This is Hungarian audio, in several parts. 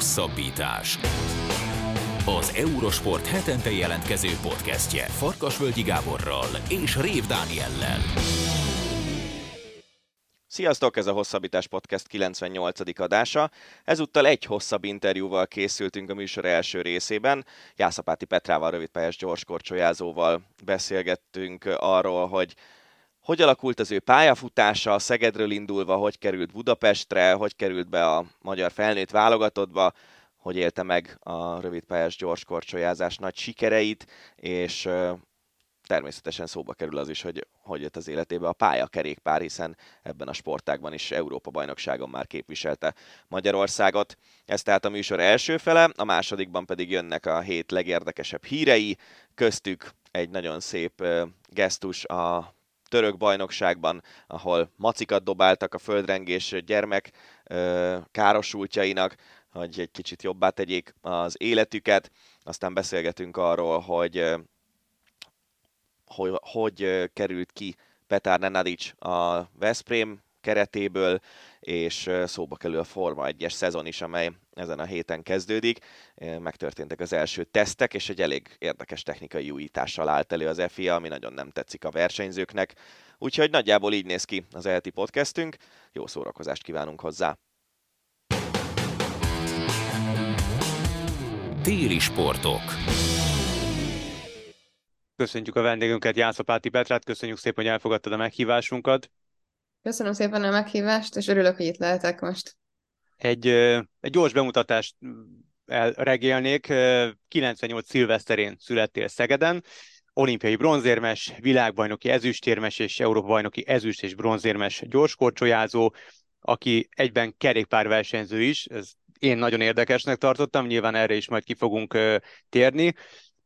Hosszabbítás. Az Eurosport hetente jelentkező podcastje Farkasvölgyi Gáborral és Rév Dániellel. Sziasztok, ez a Hosszabbítás Podcast 98. adása. Ezúttal egy hosszabb interjúval készültünk a műsor első részében. Jászapáti Petrával, rövidpályás gyorskorcsolyázóval beszélgettünk arról, hogy alakult az ő pályafutása, Szegedről indulva, hogy került Budapestre, hogy került be a magyar felnőtt válogatottba, hogy élte meg a rövidpályás gyorskorcsolyázás nagy sikereit, és természetesen szóba kerül az is, hogy jött az életébe a pályakerékpár, hiszen ebben a sportágban is Európa-bajnokságon már képviselte Magyarországot. Ez tehát a műsor első fele, a másodikban pedig jönnek a hét legérdekesebb hírei, köztük egy nagyon szép gesztus a török bajnokságban, ahol macikat dobáltak a földrengés gyermek károsultjainak, hogy egy kicsit jobbá tegyék az életüket. Aztán beszélgetünk arról, hogy került ki Petar Nenadic a Veszprém keretéből, és szóba kerül a Forma 1-es szezon is, amely ezen a héten kezdődik. Megtörténtek az első tesztek, és egy elég érdekes technikai újítással állt elő az FIA, ami nagyon nem tetszik a versenyzőknek. Úgyhogy nagyjából így néz ki az heti podcastünk. Jó szórakozást kívánunk hozzá! Téli sportok. Köszöntjük a vendégünket, Jászapáti Petrát, köszönjük szépen, hogy elfogadtad a meghívásunkat. Köszönöm szépen a meghívást, és örülök, hogy itt lehetek most. Egy gyors bemutatást regélnék. 98 szilveszterén születtél Szegeden, olimpiai bronzérmes, világbajnoki ezüstérmes és Európa-bajnoki ezüst- és bronzérmes gyorskorcsolyázó, aki egyben kerékpárversenyző is. Ez én nagyon érdekesnek tartottam, nyilván erre is majd ki fogunk térni.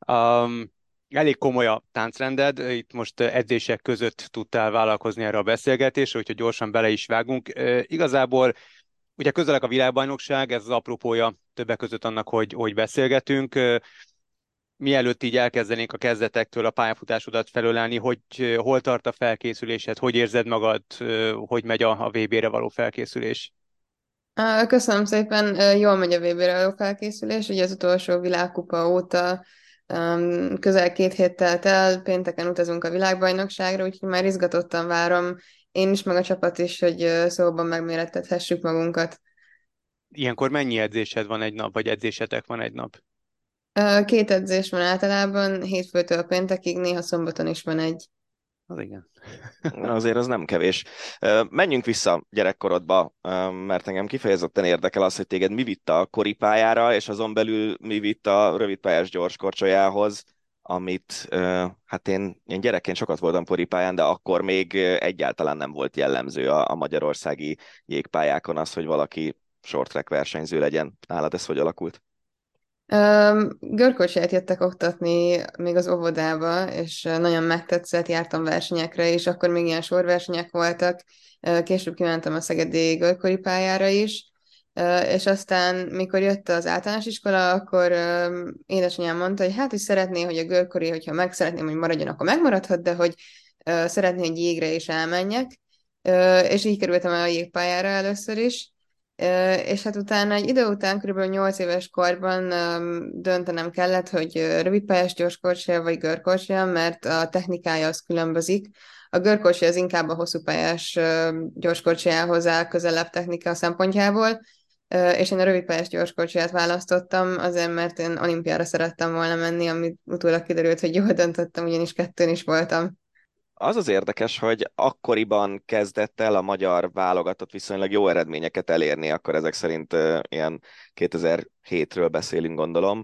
Elég komoly a táncrended, itt most edzések között tudtál vállalkozni erre a beszélgetésre, úgyhogy gyorsan bele is vágunk. Igazából ugye közelek a világbajnokság, ez az apropója többek között annak, hogy beszélgetünk. Mielőtt így elkezdenénk a kezdetektől a pályafutásodat felölelni, hogy hol tart a felkészülésed, hogy érzed magad, hogy megy a VB-re való felkészülés? Köszönöm szépen, jól megy a VB-re való felkészülés, ugye az utolsó világkupa óta közel 2 hét telt el, pénteken utazunk a világbajnokságra, úgyhogy már izgatottan várom én is, meg a csapat is, hogy szóban megmérettethessük magunkat. Ilyenkor mennyi edzésed van egy nap, vagy edzésetek van egy nap? 2 edzés van általában, hétfőtől péntekig, néha szombaton is van egy. Az igen. Azért az nem kevés. Menjünk vissza gyerekkorodba, mert engem kifejezetten érdekel az, hogy téged mi vitt a koripályára, és azon belül mi vitt a rövidpályás gyorskorcsolyához, amit hát én gyerekként sokat voltam koripályán, de akkor még egyáltalán nem volt jellemző a magyarországi jégpályákon az, hogy valaki short track versenyző legyen. Nálad ez hogy alakult? Görkocsiját jöttek oktatni még az óvodába, és nagyon megtetszett, jártam versenyekre is, akkor még ilyen sorversenyek voltak, később kimentem a szegedi görkoripályára is, és aztán, mikor jött az általános iskola, akkor édesanyám mondta, hogy hát, hogy szeretné, hogy a görkori, hogyha meg szeretném, hogy maradjon, akkor megmaradhat, de hogy szeretné, hogy jégre is elmenjek, és így kerültem el a jégpályára először is. És hát utána egy idő után, kb. 8 éves korban döntenem kellett, hogy rövidpályás gyorskorcsolya vagy görkorcsolya, mert a technikája az különbözik. A görkorcsolya az inkább a hosszúpályás gyorskorcsolyához áll közelebb technika szempontjából, és én a rövidpályás gyorskorcsolyát választottam, azért mert én olimpiára szerettem volna menni, amit utólag kiderült, hogy jól döntöttem, ugyanis 2-n is voltam. Az az érdekes, hogy akkoriban kezdett el a magyar válogatott viszonylag jó eredményeket elérni, akkor ezek szerint ilyen 2007-ről beszélünk, gondolom.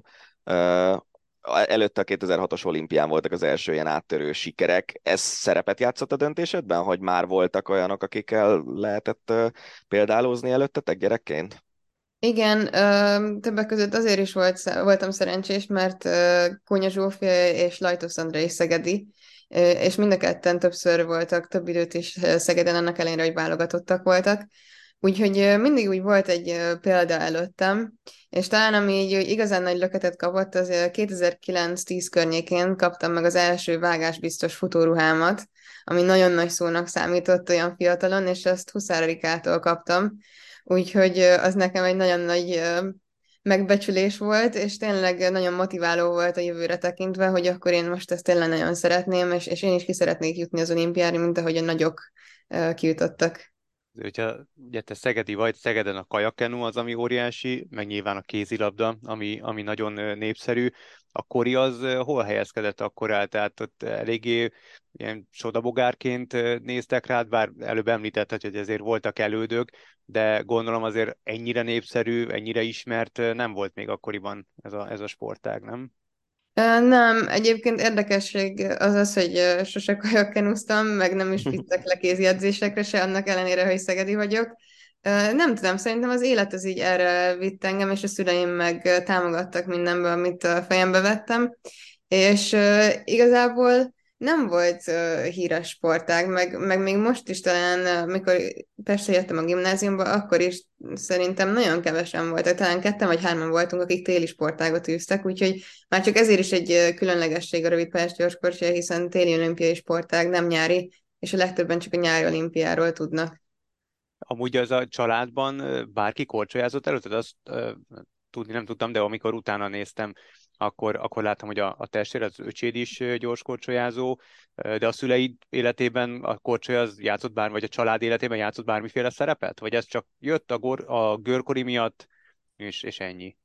Előtte a 2006-os olimpián voltak az első ilyen áttörő sikerek. Ez szerepet játszott a döntésedben, hogy már voltak olyanok, akikkel lehetett példálózni előttetek gyerekként? Igen, többek között azért is voltam szerencsés, mert Kónya Zsófia és Lajtos Andrea is szegedi, és mind a ketten többször voltak, több időt is Szegeden, annak ellenére, hogy válogatottak voltak. Úgyhogy mindig úgy volt egy példa előttem, és talán ami így igazán nagy löketet kapott, az 2009-10 környékén kaptam meg az első vágásbiztos futóruhámat, ami nagyon nagy szónak számított olyan fiatalon, és ezt Huszár Erikától kaptam. Úgyhogy az nekem egy nagyon nagy megbecsülés volt, és tényleg nagyon motiváló volt a jövőre tekintve, hogy akkor én most ezt tényleg nagyon szeretném, és én is ki szeretnék jutni az olimpiára, mint ahogy a nagyok kijutottak. Hogyha ugye te szegedi vagy, Szegeden a kajakkenu az, ami óriási, meg nyilván a kézilabda, ami nagyon népszerű. A kori az hol helyezkedett akkor el? Tehát ott eléggé ilyen sodabogárként néztek rád, bár előbb említetted, hogy ezért voltak elődök, de gondolom azért ennyire népszerű, ennyire ismert nem volt még akkoriban ez a sportág, nem? Nem, egyébként érdekesség az az, hogy sose kajakkenúztam, meg nem is vittek le kézi edzésekre se, annak ellenére, hogy szegedi vagyok. Nem tudom, szerintem az élet az így erre vitt engem, és a szüleim meg támogattak mindenből, amit a fejembe vettem. És igazából nem volt híres sportág, meg még most is talán, mikor Pestre jöttem a gimnáziumba, akkor is szerintem nagyon kevesen voltak, talán ketten vagy hárman voltunk, akik téli sportágot űztek, úgyhogy már csak ezért is egy különlegesség a rövidpályás gyorskorcsolya, hiszen téli olimpiai sportág, nem nyári, és a legtöbben csak a nyári olimpiáról tudnak. Amúgy az a családban bárki korcsolyázott előtted? Azt tudni nem tudtam, de amikor utána néztem, akkor láttam, hogy a testvér, az öcséd is gyorskorcsolyázó, de a szüleid életében a korcsolya az játszott vagy a család életében játszott bármiféle szerepet? Vagy ez csak jött a görkori miatt, és ennyi?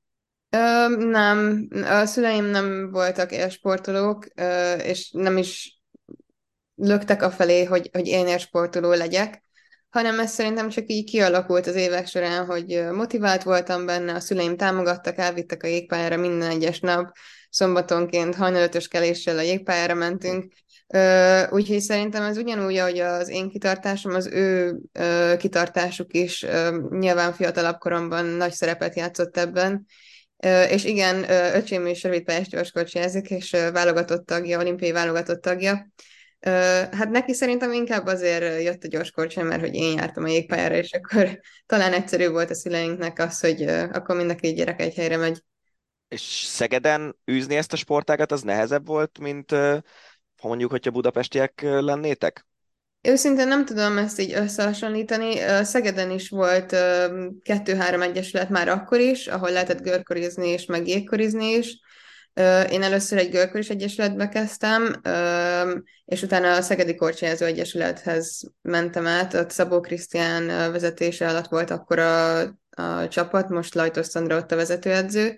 Nem, a szüleim nem voltak élsportolók, és nem is löktek afelé, hogy én élsportoló legyek, hanem ez szerintem csak így kialakult az évek során, hogy motivált voltam benne, a szüleim támogattak, elvittek a jégpályára minden egyes nap, szombatonként hajnal 5-ös keléssel a jégpályára mentünk, úgyhogy szerintem ez ugyanúgy, ahogy az én kitartásom, az ő kitartásuk is nyilván fiatalabb koromban nagy szerepet játszott ebben, és igen, öcsém is rövidpályás gyorskocsiázik, és válogatott tagja, olimpiai válogatott tagja. Hát neki szerintem inkább azért jött a gyorskorcsoly, mert hogy én jártam a jégpályára, és akkor talán egyszerű volt a szüleinknek az, hogy akkor mind a két gyerek egy helyre megy. És Szegeden űzni ezt a sportágat, az nehezebb volt, mint ha mondjuk, hogyha budapestiek lennétek? Őszintén nem tudom ezt így összehasonlítani. Szegeden is volt 2-3 egyesület már akkor is, ahol lehetett görkorizni és meg jégkorizni is. Én először egy görkoris egyesületbe kezdtem, és utána a Szegedi Korcsolyázó Egyesülethez mentem át. Ott Szabó Krisztián vezetése alatt volt akkor a csapat, most Lajtos Szandra ott a vezetőedző.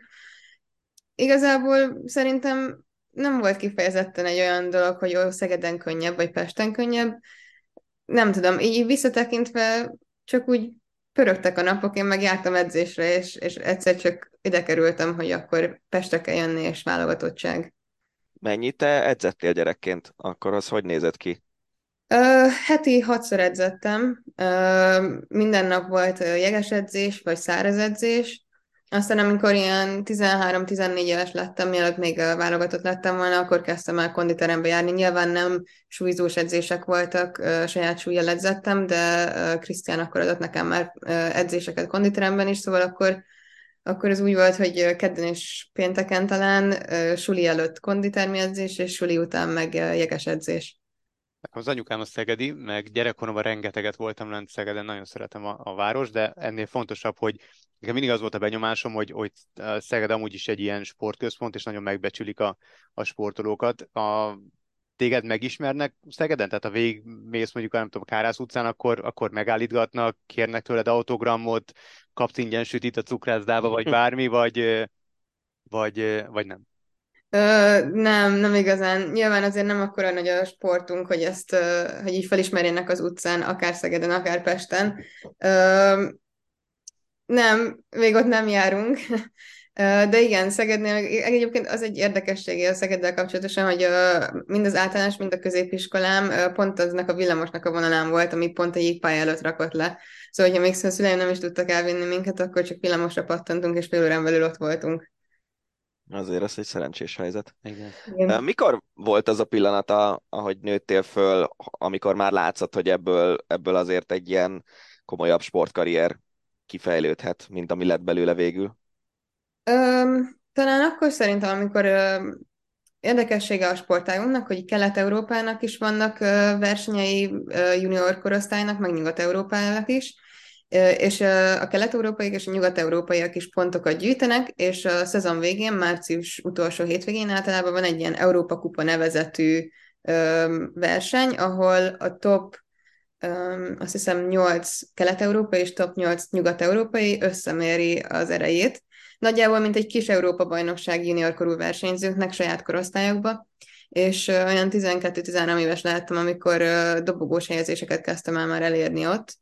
Igazából szerintem nem volt kifejezetten egy olyan dolog, hogy ó, Szegeden könnyebb, vagy Pesten könnyebb. Nem tudom, így visszatekintve csak úgy pörögtek a napok, én meg jártam edzésre, és egyszer csak ide kerültem, hogy akkor Pestre kell jönni, és válogatottság. Mennyit te edzettél gyerekként? Akkor az hogy nézett ki? Heti 6-szor edzettem, minden nap volt jeges edzés, vagy száraz edzés. Aztán amikor ilyen 13-14 éves lettem, mielőtt még válogatott lettem volna, akkor kezdtem el konditerembe járni. Nyilván nem súlyzós edzések voltak, saját súlyjal edzettem, de Krisztián akkor adott nekem már edzéseket konditeremben is, szóval akkor ez úgy volt, hogy kedden és pénteken talán suli előtt konditermi edzés, és suli után meg jeges edzés. Az anyukám a szegedi, meg gyerekkoromban rengeteget voltam lent Szegeden, nagyon szeretem a város, de ennél fontosabb, hogy nekem mindig az volt a benyomásom, hogy Szeged amúgy is egy ilyen sportközpont, és nagyon megbecsülik a sportolókat. Téged megismernek Szegeden? Tehát ha végigmész mondjuk, nem tudom, Kárász utcán, akkor megállítgatnak, kérnek tőled autogramot, kapsz ingyen sütit a cukrászdába, vagy bármi, vagy nem? Nem igazán. Nyilván azért nem akkora nagy a sportunk, hogy ezt, hogy így felismerjenek az utcán, akár Szegeden, akár Pesten. Nem, még ott nem járunk. De igen, Szegednél egyébként az egy érdekessége a Szegeddel kapcsolatosan, hogy mind az általános, mind a középiskolám pont aznak a villamosnak a vonalán volt, ami pont a jégpálya előtt rakott le. Szóval, hogyha még a szüleim nem is tudtak elvinni minket, akkor csak villamosra pattantunk, és fél órán belül ott voltunk. Azért ez egy szerencsés helyzet. Igen. Igen. Mikor volt az a pillanat, ahogy nőttél föl, amikor már látszott, hogy ebből azért egy ilyen komolyabb sportkarrier kifejlődhet, mint ami lett belőle végül? Talán akkor szerintem, amikor érdekessége a sportágunknak, hogy Kelet-Európának is vannak versenyei, junior korosztálynak, meg Nyugat-Európának is, És a kelet-európaiak és a nyugat-európaiak is pontokat gyűjtenek, és a szezon végén, március utolsó hétvégén általában van egy ilyen Európa Kupa nevezetű verseny, ahol a top, azt hiszem 8 kelet-európai és top 8 nyugat-európai összeméri az erejét. Nagyjából, mint egy kis Európa-bajnokság juniorkorú versenyzőknek saját korosztályokba, és olyan 12-13 éves lehettem, amikor dobogós helyezéseket kezdtem el már elérni ott,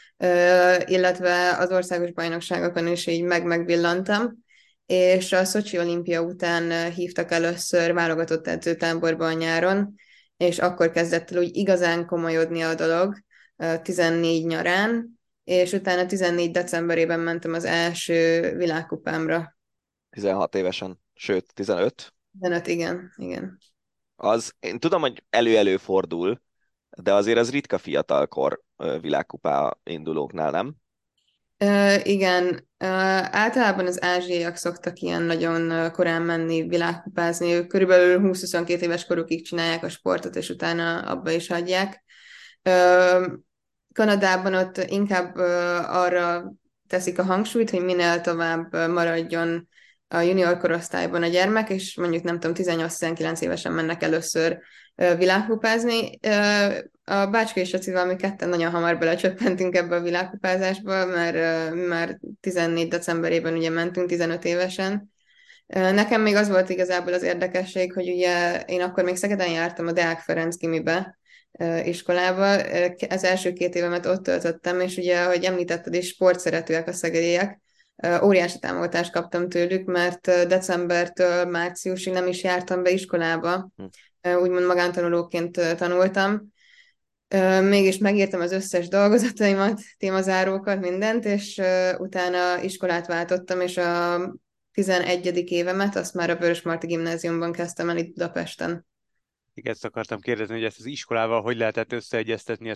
illetve az országos bajnokságokon is így megvillantam, és a Szocsi olimpia után hívtak először válogatott edzőtáborba a nyáron, és akkor kezdett el úgy igazán komolyodni a dolog, 14 nyarán, és utána 14 decemberében mentem az első világkupámra. 16 évesen, sőt 15. 15, igen, igen. Az, én tudom, hogy elő-elő fordul, de azért az ritka fiatalkor világkupá indulóknál, nem? Igen, általában az ázsiaiak szoktak ilyen nagyon korán menni világkupázni. Ők körülbelül 20-22 éves korukig csinálják a sportot, és utána abba is hagyják. Kanadában ott inkább arra teszik a hangsúlyt, hogy minél tovább maradjon a junior korosztályban a gyermek, és mondjuk nem tudom, 18-19 évesen mennek először világkupázni. A Bácska és Lacival mi ketten nagyon hamar belecsöppentünk ebbe a világkupázásba, mert már 14 decemberében ugye mentünk 15 évesen. Nekem még az volt igazából az érdekesség, hogy ugye én akkor még Szegeden jártam a Deák Ferenc gimibe, iskolába. Az első 2 évemet ott töltöttem, és ugye, ahogy említetted is, sportszeretőek a szegediek. Óriási támogatást kaptam tőlük, mert decembertől márciusig nem is jártam be iskolába. Úgymond magántanulóként tanultam. Mégis megírtam az összes dolgozataimat, témazárókat, mindent, és utána iskolát váltottam, és a 11. évemet azt már a Vörösmarty Gimnáziumban kezdtem el itt Budapesten. Igen, ezt akartam kérdezni, hogy ezt az iskolával hogy lehetett összeegyeztetni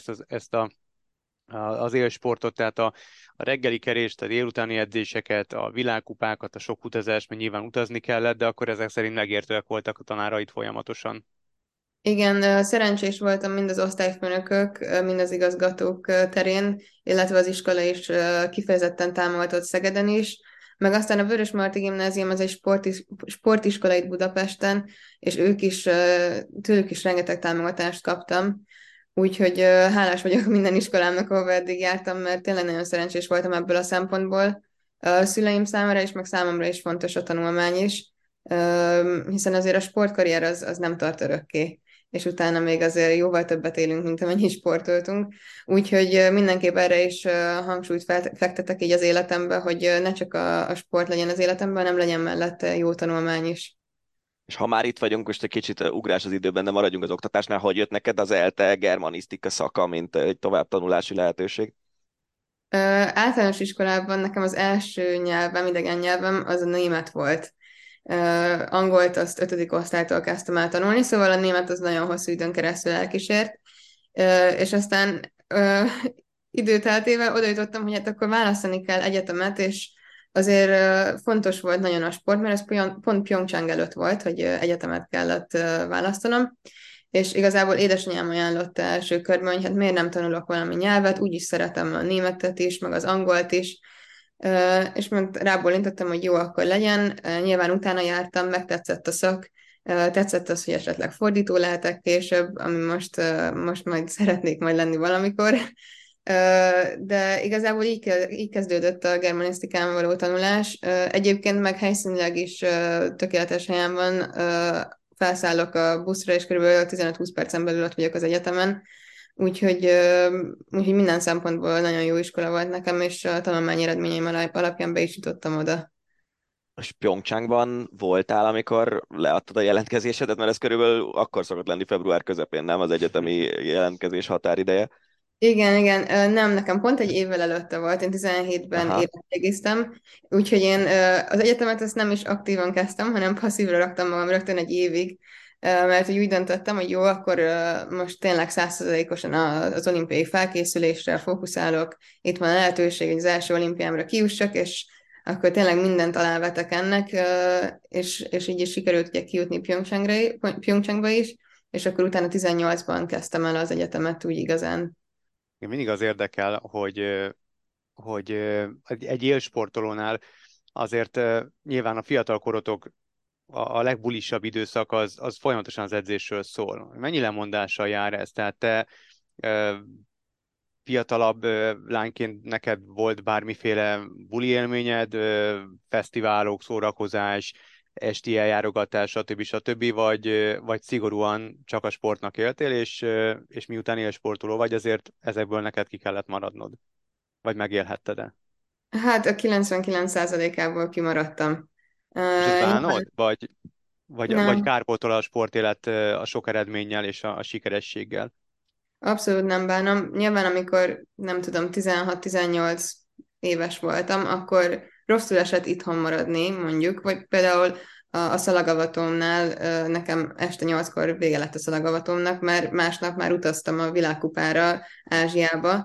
az élsportot, tehát a reggeli kerést, a délutáni edzéseket, a világkupákat, a sok utazást, mert nyilván utazni kellett, de akkor ezek szerint megértőek voltak a tanárait folyamatosan. Igen, szerencsés voltam mind az osztályfőnökök, mind az igazgatók terén, illetve az iskola is kifejezetten támogatott Szegeden is, meg aztán a Vörösmarty Gimnázium az egy sportiskola itt Budapesten, és tőlük is rengeteg támogatást kaptam, úgyhogy hálás vagyok minden iskolámnak, ahova eddig jártam, mert tényleg nagyon szerencsés voltam ebből a szempontból. A szüleim számára is, meg számomra is fontos a tanulmány is, hiszen azért a sportkarrier az nem tart örökké, és utána még azért jóval többet élünk, mint amennyit sportoltunk. Úgyhogy mindenképp erre is hangsúlyt fektetek így az életembe, hogy ne csak a sport legyen az életemben, hanem legyen mellette jó tanulmány is. És ha már itt vagyunk, most egy kicsit ugrás az időben, de maradjunk az oktatásnál, hogy jött neked az ELTE germanisztika szaka, mint egy továbbtanulási lehetőség? Általános iskolában nekem az első nyelvem, idegen nyelvem, az a német volt. Angolt azt 5. osztálytól kezdtem el tanulni, szóval a német az nagyon hosszú időn keresztül elkísért, és aztán időteltével oda jutottam, hogy hát akkor választani kell egyetemet, és azért fontos volt nagyon a sport, mert ez pont Pyeongchang előtt volt, hogy egyetemet kellett választanom, és igazából édesanyám ajánlotta első körben, hogy hát miért nem tanulok valami nyelvet, úgyis szeretem a németet is, meg az angolt is, és rábólintottam, hogy jó, akkor legyen. Nyilván utána jártam, megtetszett a szak, tetszett az, hogy esetleg fordító lehetek később, ami most majd szeretnék majd lenni valamikor. De igazából így kezdődött a germanisztikán való tanulás. Egyébként meg helyszínileg is tökéletes helyen van. Felszállok a buszra, és kb. 15-20 percen belül ott vagyok az egyetemen. Úgyhogy minden szempontból nagyon jó iskola volt nekem, és a tanulmányi eredményeim alapján be is jutottam oda. És Pyeongchangban voltál, amikor leadtad a jelentkezésedet, mert ez körülbelül akkor szokott lenni február közepén, nem az egyetemi jelentkezés határideje? Igen, nem, nekem pont egy évvel előtte volt, én 17-ben érettségiztem, úgyhogy én az egyetemet azt nem is aktívan kezdtem, hanem passzívra raktam magam rögtön egy évig, mert úgy döntöttem, hogy jó, akkor most tényleg 100%-osan az olimpiai felkészülésre fókuszálok, itt van a lehetőség, hogy az első olimpiámra kijussak, és akkor tényleg mindent alávetek ennek, és így is sikerült ugye kijutni Pyeongchangba is, és akkor utána 18-ban kezdtem el az egyetemet úgy igazán. Mindig az érdekel, hogy hogy egy élsportolónál azért nyilván a fiatal korotok a legbulisabb időszak az folyamatosan az edzésről szól. Mennyi lemondással jár ez? Tehát te ö, fiatalabb lányként neked volt bármiféle buli élményed, fesztiválok, szórakozás, esti eljárogatás, stb. Vagy szigorúan csak a sportnak éltél, és miután élsportoló vagy, ezért ezekből neked ki kellett maradnod? Vagy megélhetted-e? Hát a 99%-ából kimaradtam. És ezt bánod? Nyilván Vagy nem, kárpótol a sportélet a sok eredménnyel és a sikerességgel? abszolút nem bánom. Nyilván amikor, nem tudom, 16-18 éves voltam, akkor rosszul esett itthon maradni, mondjuk, vagy például a szalagavatómnál nekem este 8-kor vége lett a szalagavatómnak, mert másnap már utaztam a világkupára Ázsiába.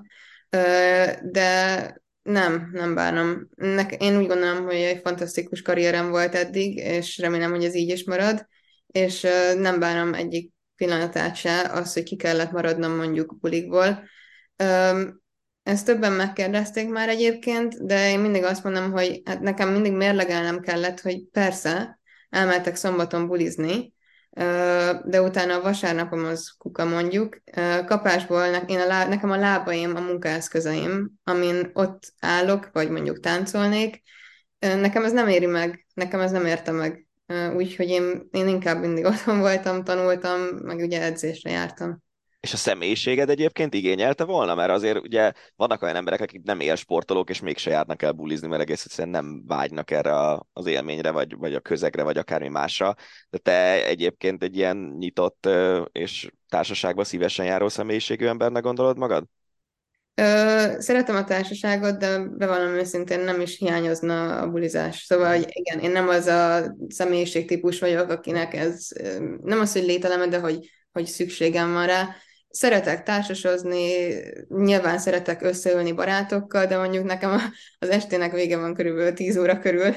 De nem bánom. Én úgy gondolom, hogy egy fantasztikus karrierem volt eddig, és remélem, hogy ez így is marad, és nem bánom egyik pillanatát se, az, hogy ki kellett maradnom mondjuk bulikból. Öm, Ezt többen megkérdezték már egyébként, de én mindig azt mondom, hogy hát nekem mindig mérlegelnem kellett, hogy persze, elmentek szombaton bulizni, de utána a vasárnapom az kuka mondjuk. Kapásból nekem a lábaim a munkaeszközeim, amin ott állok, vagy mondjuk táncolnék, nekem ez nem éri meg, nekem ez nem érte meg. Úgyhogy én inkább mindig otthon voltam, tanultam, meg ugye edzésre jártam. És a személyiséged egyébként igényelte volna? Mert azért ugye vannak olyan emberek, akik nem élsportolók, és mégse járnak el bulizni, mert egész egyszerűen nem vágynak erre az élményre, vagy a közegre, vagy akármi másra. De te egyébként egy ilyen nyitott és társaságba szívesen járó személyiségű embernek gondolod magad? Szeretem a társaságot, de bevallom őszintén nem is hiányozna a bulizás. Szóval, hogy igen, én nem az a személyiségtípus vagyok, akinek ez nem az, hogy lételeme, de hogy szükségem van rá. Szeretek társasozni, nyilván szeretek összeülni barátokkal, de mondjuk nekem az estének vége van körülbelül 10 óra körül,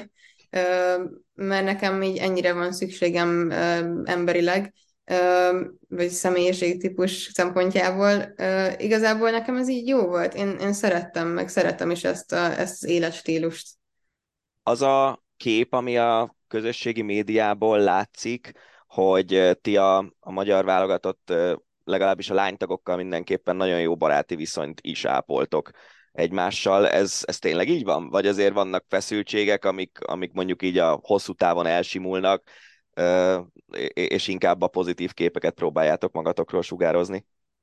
mert nekem így ennyire van szükségem emberileg, vagy személyiségtípus szempontjából. Igazából nekem ez így jó volt. Én szerettem, meg szeretem is ezt az életstílust. Az a kép, ami a közösségi médiából látszik, hogy ti a magyar válogatott legalábbis a lánytagokkal mindenképpen nagyon jó baráti viszonyt is ápoltok egymással. Ez tényleg így van? Vagy azért vannak feszültségek, amik mondjuk így a hosszú távon elsimulnak, és inkább a pozitív képeket próbáljátok magatokról sugározni?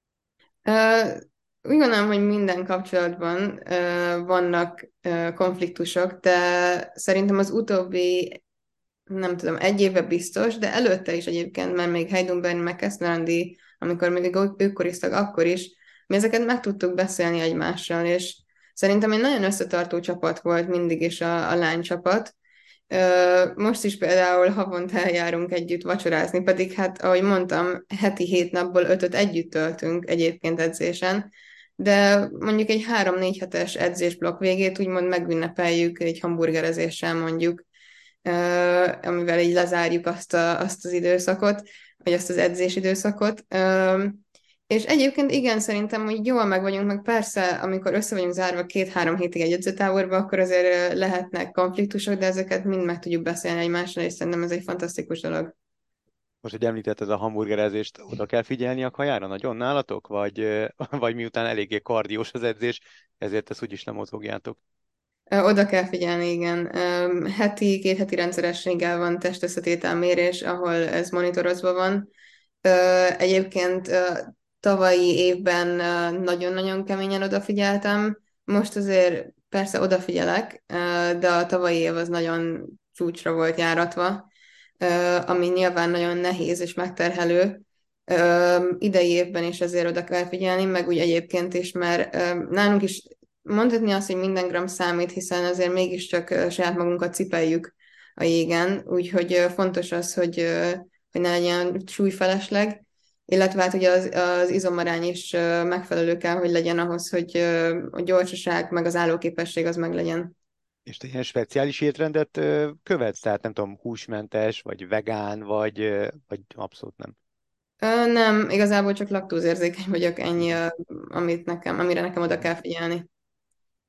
Uh, Úgy gondolom, hogy minden kapcsolatban vannak konfliktusok, de szerintem az utóbbi, nem tudom, egy éve biztos, de előtte is egyébként, mert még Heidenberg, meg Keszlerandi, amikor még ők koriztak, akkor is, mi ezeket meg tudtuk beszélni egymással, és szerintem egy nagyon összetartó csapat volt mindig is a lánycsapat. Most is például havonta eljárunk együtt vacsorázni, pedig hát, ahogy mondtam, heti 7 napból 5-öt együtt töltünk egyébként edzésen, de mondjuk egy 3-4 hetes edzésblokk végét úgymond megünnepeljük egy hamburgerezéssel mondjuk, amivel így lezárjuk azt az időszakot, vagy azt az edzésidőszakot. És egyébként igen, szerintem, hogy jól meg vagyunk, meg persze, amikor össze vagyunk zárva 2-3 hétig egy edzőtáborba, akkor azért lehetnek konfliktusok, de ezeket mind meg tudjuk beszélni egymással, és szerintem ez egy fantasztikus dolog. Most, hogy említetted a hamburgerezést, oda kell figyelni a kajára nagyon nálatok? Vagy miután eléggé kardiós az edzés, ezért ezt úgyis nem mozogjátok? Oda kell figyelni, igen. Két heti rendszerességgel van testösszetételmérés, ahol ez monitorozva van. Egyébként tavalyi évben nagyon-nagyon keményen odafigyeltem. Most azért persze odafigyelek, de a tavalyi év az nagyon csúcsra volt járatva, ami nyilván nagyon nehéz és megterhelő. Idei évben is azért oda kell figyelni, meg úgy egyébként is, mert nálunk is mondhatni azt, hogy minden gram számít, hiszen azért mégiscsak saját magunkat cipeljük a jégen, úgyhogy fontos az, hogy ne legyen súlyfelesleg, illetve hát ugye az izomarány is megfelelő kell, hogy legyen ahhoz, hogy a gyorsaság meg az állóképesség az meg legyen. És te ilyen speciális étrendet követsz? Tehát nem tudom, húsmentes, vagy vegán, vagy abszolút nem? Nem, igazából csak laktózérzékeny vagyok, ennyi, amire nekem oda kell figyelni.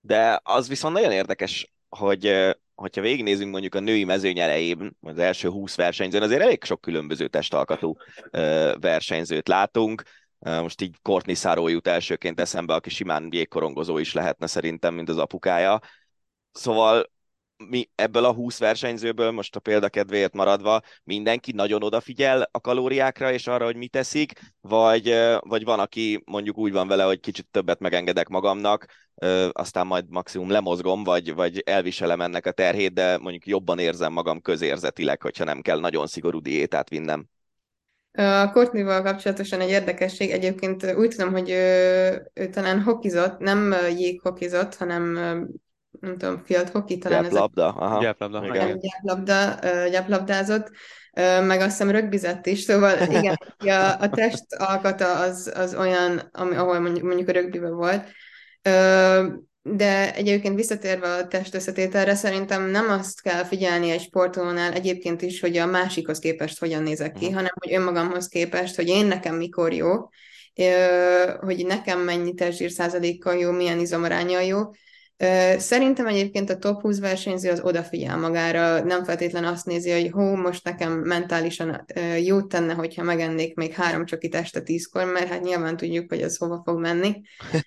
De az viszont nagyon érdekes, hogyha végignézünk mondjuk a női mezőny elején, az első 20 versenyzőn, azért elég sok különböző testalkatú versenyzőt látunk. Most így Courtney Sarah jut elsőként eszembe, aki simán jégkorongozó is lehetne szerintem, mint az apukája. Szóval mi ebből a 20 versenyzőből, most a példa kedvéért maradva, mindenki nagyon odafigyel a kalóriákra és arra, hogy mit teszik, vagy van, aki mondjuk úgy van vele, hogy kicsit többet megengedek magamnak, aztán majd maximum lemozgom, vagy elviselem ennek a terhét, de mondjuk jobban érzem magam közérzetileg, hogyha nem kell nagyon szigorú diétát vinnem. A Courtney-val kapcsolatosan egy érdekesség, egyébként úgy tudom, hogy ő talán hokizott, nem jéghokizott, hanem nem tudom, field hoki, talán ez a Labda, aha. Gyáplabda, Igen. igen. gyáplabdázott, meg azt hiszem rögbizett is, szóval igen, a test alkata az olyan, ahol mondjuk a rögbiben volt. De egyébként visszatérve a test összetételre, szerintem nem azt kell figyelni egy sportolónál egyébként is, hogy a másikhoz képest hogyan nézek ki, Mhm. hanem hogy önmagamhoz képest, hogy én nekem mikor jó, hogy nekem mennyi testzsír százalékkal jó, milyen izomaránnyal jó. Szerintem egyébként a top 20 versenyző az odafigyel magára, nem feltétlenül azt nézi, hogy most nekem mentálisan jót tenne, hogyha megennék még 3 csokit este 10-kor, mert hát nyilván tudjuk, hogy az hova fog menni.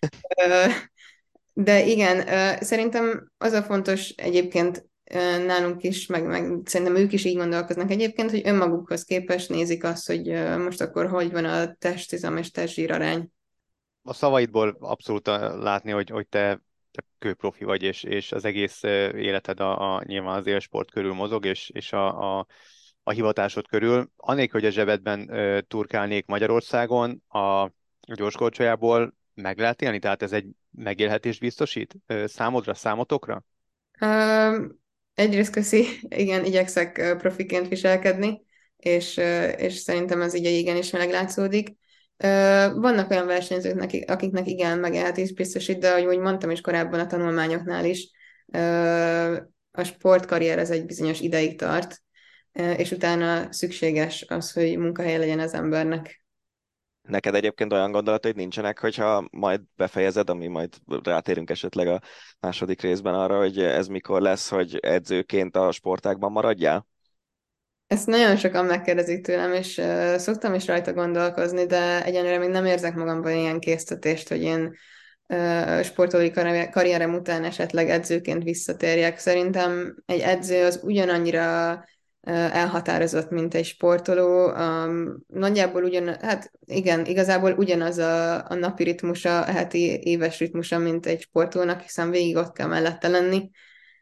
De igen, szerintem az a fontos egyébként nálunk is, meg szerintem ők is így gondolkoznak egyébként, hogy önmagukhoz képest nézik azt, hogy most akkor hogy van a testizom és testzsír arány. A szavaidból abszolút látni, hogy te kőprofi vagy, és az egész életed nyilván az élsport körül mozog, és a hivatásod körül. Anélkül, hogy a zsebedben turkálnék Magyarországon, a gyorskorcsolyából meg lehet élni? Tehát ez egy megélhetést biztosít számodra, számotokra? Egyrészt köszi, igen, igyekszek profiként viselkedni, és szerintem ez így a jégen is meglátszódik. Vannak olyan versenyzők, akiknek igen, megélhetés biztosít, de ahogy mondtam is korábban a tanulmányoknál is, a sportkarrier az egy bizonyos ideig tart, és utána szükséges az, hogy munkahelye legyen az embernek. Neked egyébként olyan gondolataid nincsenek, hogyha majd befejezed, ami majd rátérünk esetleg a második részben arra, hogy ez mikor lesz, hogy edzőként a sportágban maradjál? Ezt nagyon sokan megkérdezik tőlem, és szoktam is rajta gondolkozni, de egyenlőre még nem érzek magamban ilyen késztetést, hogy én sportolói karrierem után esetleg edzőként visszatérjek. Szerintem egy edző az ugyanannyira elhatározott, mint egy sportoló. Nagyjából hát igen, igazából ugyanaz a napi ritmusa, a heti éves ritmusa, mint egy sportolónak, hiszen végig ott kell mellette lenni.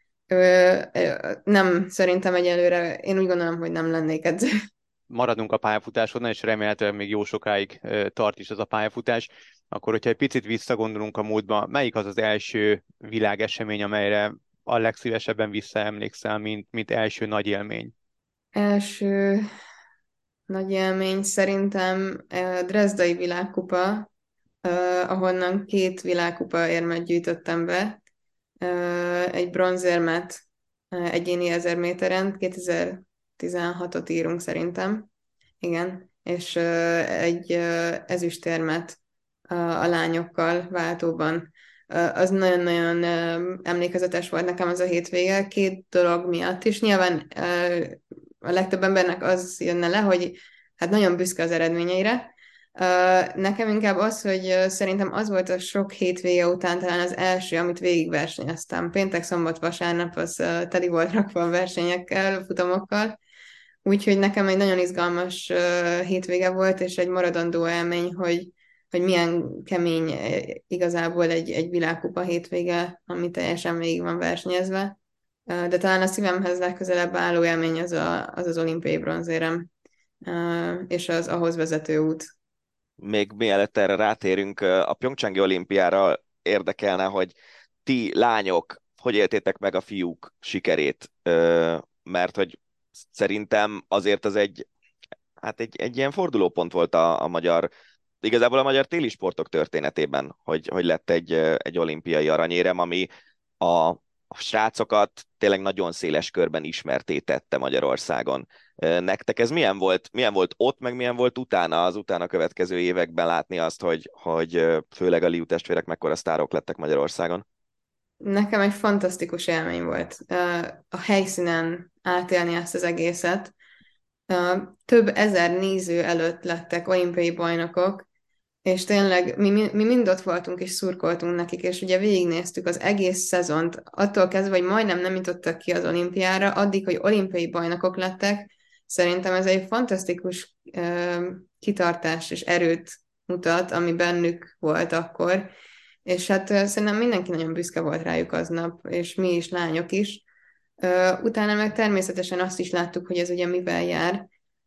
Nem, szerintem egyelőre, én úgy gondolom, hogy nem lennék edző. Maradunk a pályafutásodnál, és remélhetőleg még jó sokáig tart is az a pályafutás, akkor hogyha egy picit visszagondolunk a múltba, melyik az az első világesemény, amelyre a legszívesebben visszaemlékszel, mint első nagy élmény? Első nagy élmény szerintem Dresdai világkupa, ahonnan 2 világkupa érmet gyűjtöttem be, egy bronzérmet egyéni 1000 méteren, 2016-ot írunk szerintem, igen, és egy ezüstérmet a lányokkal váltóban. Az nagyon-nagyon emlékezetes volt nekem az a hétvége, 2 dolog miatt is. Nyilván a legtöbb embernek az jönne le, hogy hát nagyon büszke az eredményeire. Nekem inkább az, hogy szerintem az volt a sok hétvége után talán az első, amit végigversenyeztem. Péntek, szombat, vasárnap az teli volt rakva a versenyekkel, futamokkal. Úgyhogy nekem egy nagyon izgalmas hétvége volt, és egy maradandó élmény, hogy milyen kemény igazából egy világkupa hétvége, ami teljesen végig van versenyezve. De talán a szívemhez legközelebb álló élmény az olimpiai bronzérem, és az ahhoz vezető út. Még mielőtt erre rátérünk, a Pyeongchangi olimpiára érdekelne, hogy ti lányok, hogy éltétek meg a fiúk sikerét? Mert hogy szerintem azért az egy ilyen fordulópont volt a magyar, igazából a magyar téli sportok történetében, hogy lett egy olimpiai aranyérem, ami a srácokat tényleg nagyon széles körben ismertté tette Magyarországon. Nektek ez milyen volt ott, meg milyen volt utána, az utána következő években látni azt, hogy főleg a Liu testvérek mekkora sztárok lettek Magyarországon? Nekem egy fantasztikus élmény volt a helyszínen átélni ezt az egészet. Több ezer néző előtt lettek olimpiai bajnokok, és tényleg mi mind ott voltunk és szurkoltunk nekik, és ugye végignéztük az egész szezont, attól kezdve, hogy majdnem nem jutottak ki az olimpiára, addig, hogy olimpiai bajnokok lettek. Szerintem ez egy fantasztikus kitartás és erőt mutat, ami bennük volt akkor, és hát szerintem mindenki nagyon büszke volt rájuk aznap, és mi is, lányok is. Utána meg természetesen azt is láttuk, hogy ez ugye mivel jár.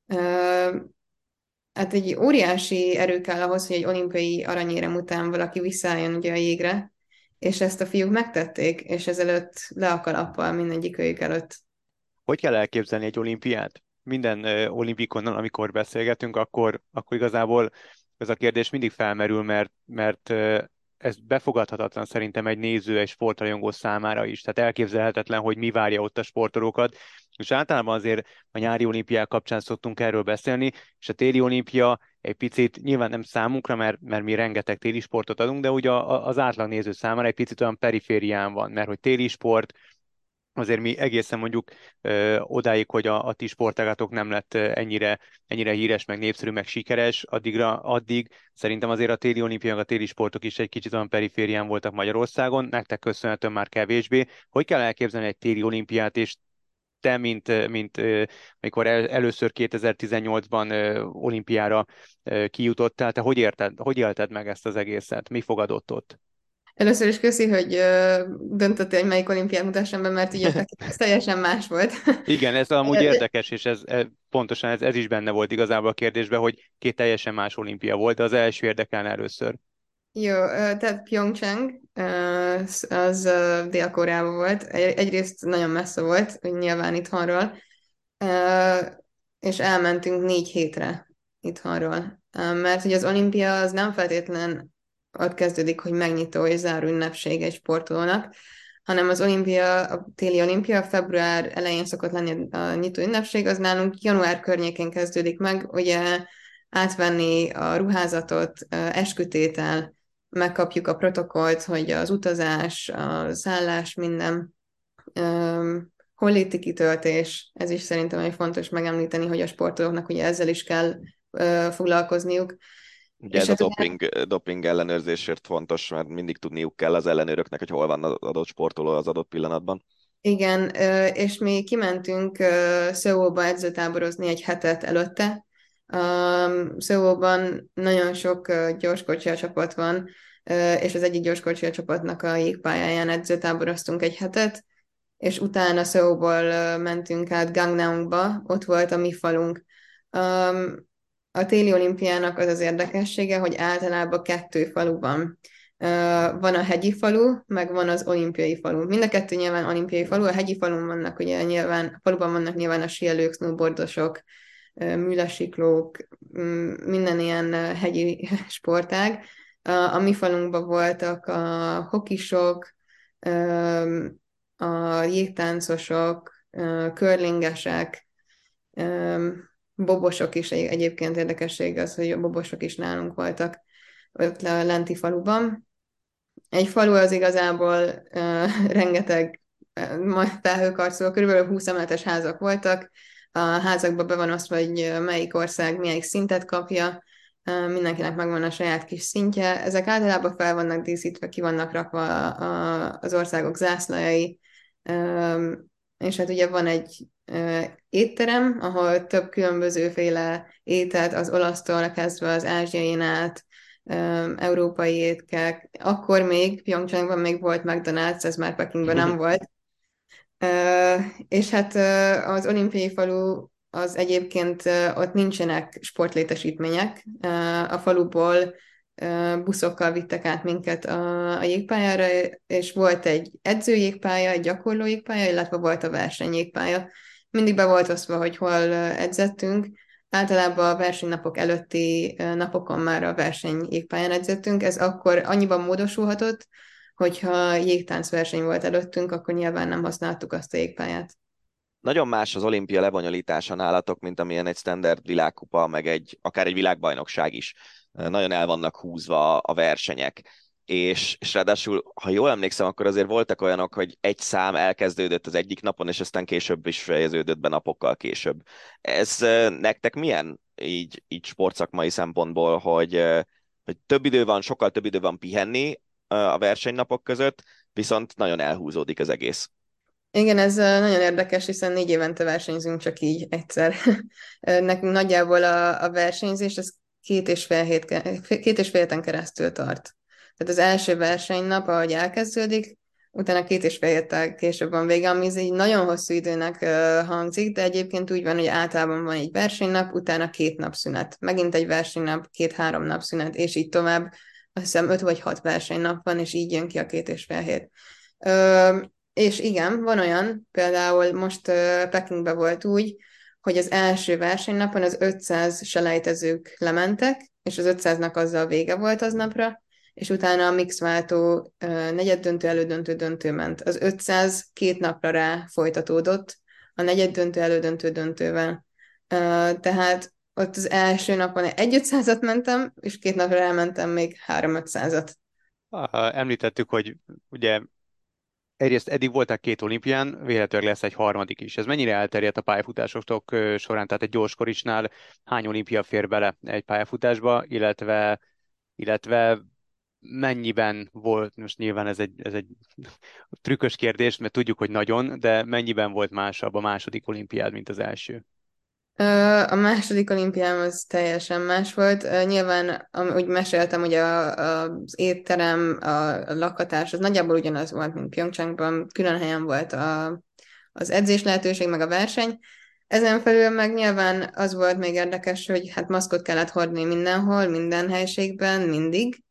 Hát egy óriási erő kell ahhoz, hogy egy olimpiai aranyérem után valaki visszaálljon ugye a jégre, és ezt a fiúk megtették, és ezelőtt le a kalappal mindegyik őjük előtt. Hogy kell elképzelni egy olimpiát? Minden olimpikonon, amikor beszélgetünk, akkor igazából ez a kérdés mindig felmerül, mert ez befogadhatatlan szerintem egy néző, egy sportrajongó számára is. Tehát elképzelhetetlen, hogy mi várja ott a sportolókat. És általában azért a nyári olimpiák kapcsán szoktunk erről beszélni, és a téli olimpia egy picit, nyilván nem számunkra, mert mi rengeteg téli sportot adunk, de ugye az átlag néző számára egy picit olyan periférián van, mert hogy téli sport, azért mi egészen mondjuk odáig, hogy a ti sportágatok nem lett ennyire híres, meg népszerű, meg sikeres, addig szerintem azért a téli olimpiák, a téli sportok is egy kicsit olyan periférián voltak Magyarországon, nektek köszönhetően már kevésbé. Hogy kell elképzelni egy téli olimpiát, és te, mint amikor először 2018-ban olimpiára kijutottál, te hogy élted meg ezt az egészet? Mi fogadott ott? Először is köszi, hogy döntöttél, hogy melyik olimpiát mutassam be, mert ugye ez teljesen más volt. Igen, ez amúgy érdekes, és pontosan ez is benne volt igazából a kérdésben, hogy két teljesen más olimpia volt, de az első érdekelne először. Jó, tehát Pyeongchang, az Dél-Koreában volt. Egyrészt nagyon messze volt, hogy nyilván itthonról, és elmentünk 4 hétre itthonról. Mert hogy az olimpia az nem feltétlen ott kezdődik, hogy megnyitó és záró ünnepség egy sportolónak, hanem az olimpia, a téli olimpia február elején szokott lenni a nyitó ünnepség, az nálunk január környékén kezdődik meg, ugye átvenni a ruházatot, eskütétel, megkapjuk a protokollt, hogy az utazás, a szállás, minden, holléti kitöltés, ez is szerintem egy fontos megemlíteni, hogy a sportolóknak ugye ezzel is kell foglalkozniuk. Ugye És ez a hát doping ellenőrzésért fontos, mert mindig tudniuk kell az ellenőröknek, hogy hol van az adott sportoló az adott pillanatban. igen, és mi kimentünk Szöulba edzőtáborozni egy hetet előtte. Szöulban nagyon sok gyorskocsi csapat van, és az egyik gyorskocsi csapatnak a jégpályáján edzőtáboroztunk egy hetet, és utána Szöulból mentünk át Gangneungba, ott volt a mi falunk. A téli olimpiának az az érdekessége, hogy általában 2 falu van. Van a hegyi falu, meg van az olimpiai falu. Mind a 2 nyilván olimpiai falu. A hegyi falun vannak ugye nyilván, a faluban vannak nyilván a síelők, snowboardosok, műlesiklók, minden ilyen hegyi sportág. A mi falunkban voltak a hokisok, a jégtáncosok, curlingesek, bobosok is, egyébként érdekesség az, hogy a bobosok is nálunk voltak ott a lenti faluban. Egy falu az igazából rengeteg felhőkarcoló, körülbelül 20 emeletes házak voltak. A házakban be van osztva, hogy melyik ország melyik szintet kapja, mindenkinek megvan a saját kis szintje. Ezek általában fel vannak díszítve, ki vannak rakva az országok zászlajai, és hát ugye van egy étterem, ahol több különbözőféle ételt, az olasztól kezdve az ázsiain át, európai étkek. Akkor még Pyeongchangban még volt McDonald's, ez már Pekingben nem volt. És hát az olimpiai falu az egyébként ott nincsenek sportlétesítmények. A faluból buszokkal vittek át minket a jégpályára, és volt egy edzőjégpálya, egy gyakorló jégpálya, illetve volt a versenyjégpálya. Mindig be volt osztva, hogy hol edzettünk. Általában a versenynapok előtti napokon már a versenyjégpályán edzettünk. Ez akkor annyiban módosulhatott, hogyha jégtáncverseny volt előttünk, akkor nyilván nem használtuk azt a jégpályát. Nagyon más az olimpia lebonyolítása nálatok, mint amilyen egy standard világkupa, meg akár egy világbajnokság is. Nagyon el vannak húzva a versenyek. és ráadásul, ha jól emlékszem, akkor azért voltak olyanok, hogy egy szám elkezdődött az egyik napon, és aztán később is fejeződött be napokkal később. Ez nektek milyen így sportszakmai szempontból, hogy több idő van, sokkal több idő van pihenni a versenynapok között, viszont nagyon elhúzódik az egész. Igen, ez nagyon érdekes, hiszen 4 évente versenyzünk csak így egyszer. Nekünk nagyjából a versenyzés az 2,5 héten keresztül tart. Tehát az első versenynap, ahogy elkezdődik, utána 2,5 héttel később van vége, ami ez egy nagyon hosszú időnek hangzik, de egyébként úgy van, hogy általában van egy versenynap, utána 2 nap szünet, megint egy versenynap, 2-3 nap szünet, és így tovább. Azt hiszem 5 vagy 6 versenynap van, és így jön ki a 2,5 hét. És igen, van olyan, például most Pekingben volt úgy, hogy az első versenynapon az 500 selejtezők lementek, és az 500-nak azzal vége volt aznapra, és utána a mixváltó negyeddöntő, elődöntő, döntő ment. Az 500 2 napra rá folytatódott a negyeddöntő, elődöntő, döntővel. Tehát ott az első napon egy 500-at mentem, és 2 napra elmentem még 3-500-at. Említettük, hogy ugye egyrészt eddig voltak 2 olimpián, véletlenül lesz egy harmadik is. Ez mennyire elterjedt a pályafutásotok során? Tehát egy gyorskorisnál hány olimpia fér bele egy pályafutásba, illetve mennyiben volt, most nyilván ez egy trükkös kérdés, mert tudjuk, hogy nagyon, de mennyiben volt másabb a második olimpiád, mint az első? A második olimpiám az teljesen más volt. Nyilván, úgy meséltem, hogy az étterem, a lakhatás, az nagyjából ugyanaz volt, mint Pyeongchangban. Külön helyen volt az edzés lehetőség, meg a verseny. Ezen felül meg nyilván az volt még érdekes, hogy hát maszkot kellett hordni mindenhol, minden helységben, mindig.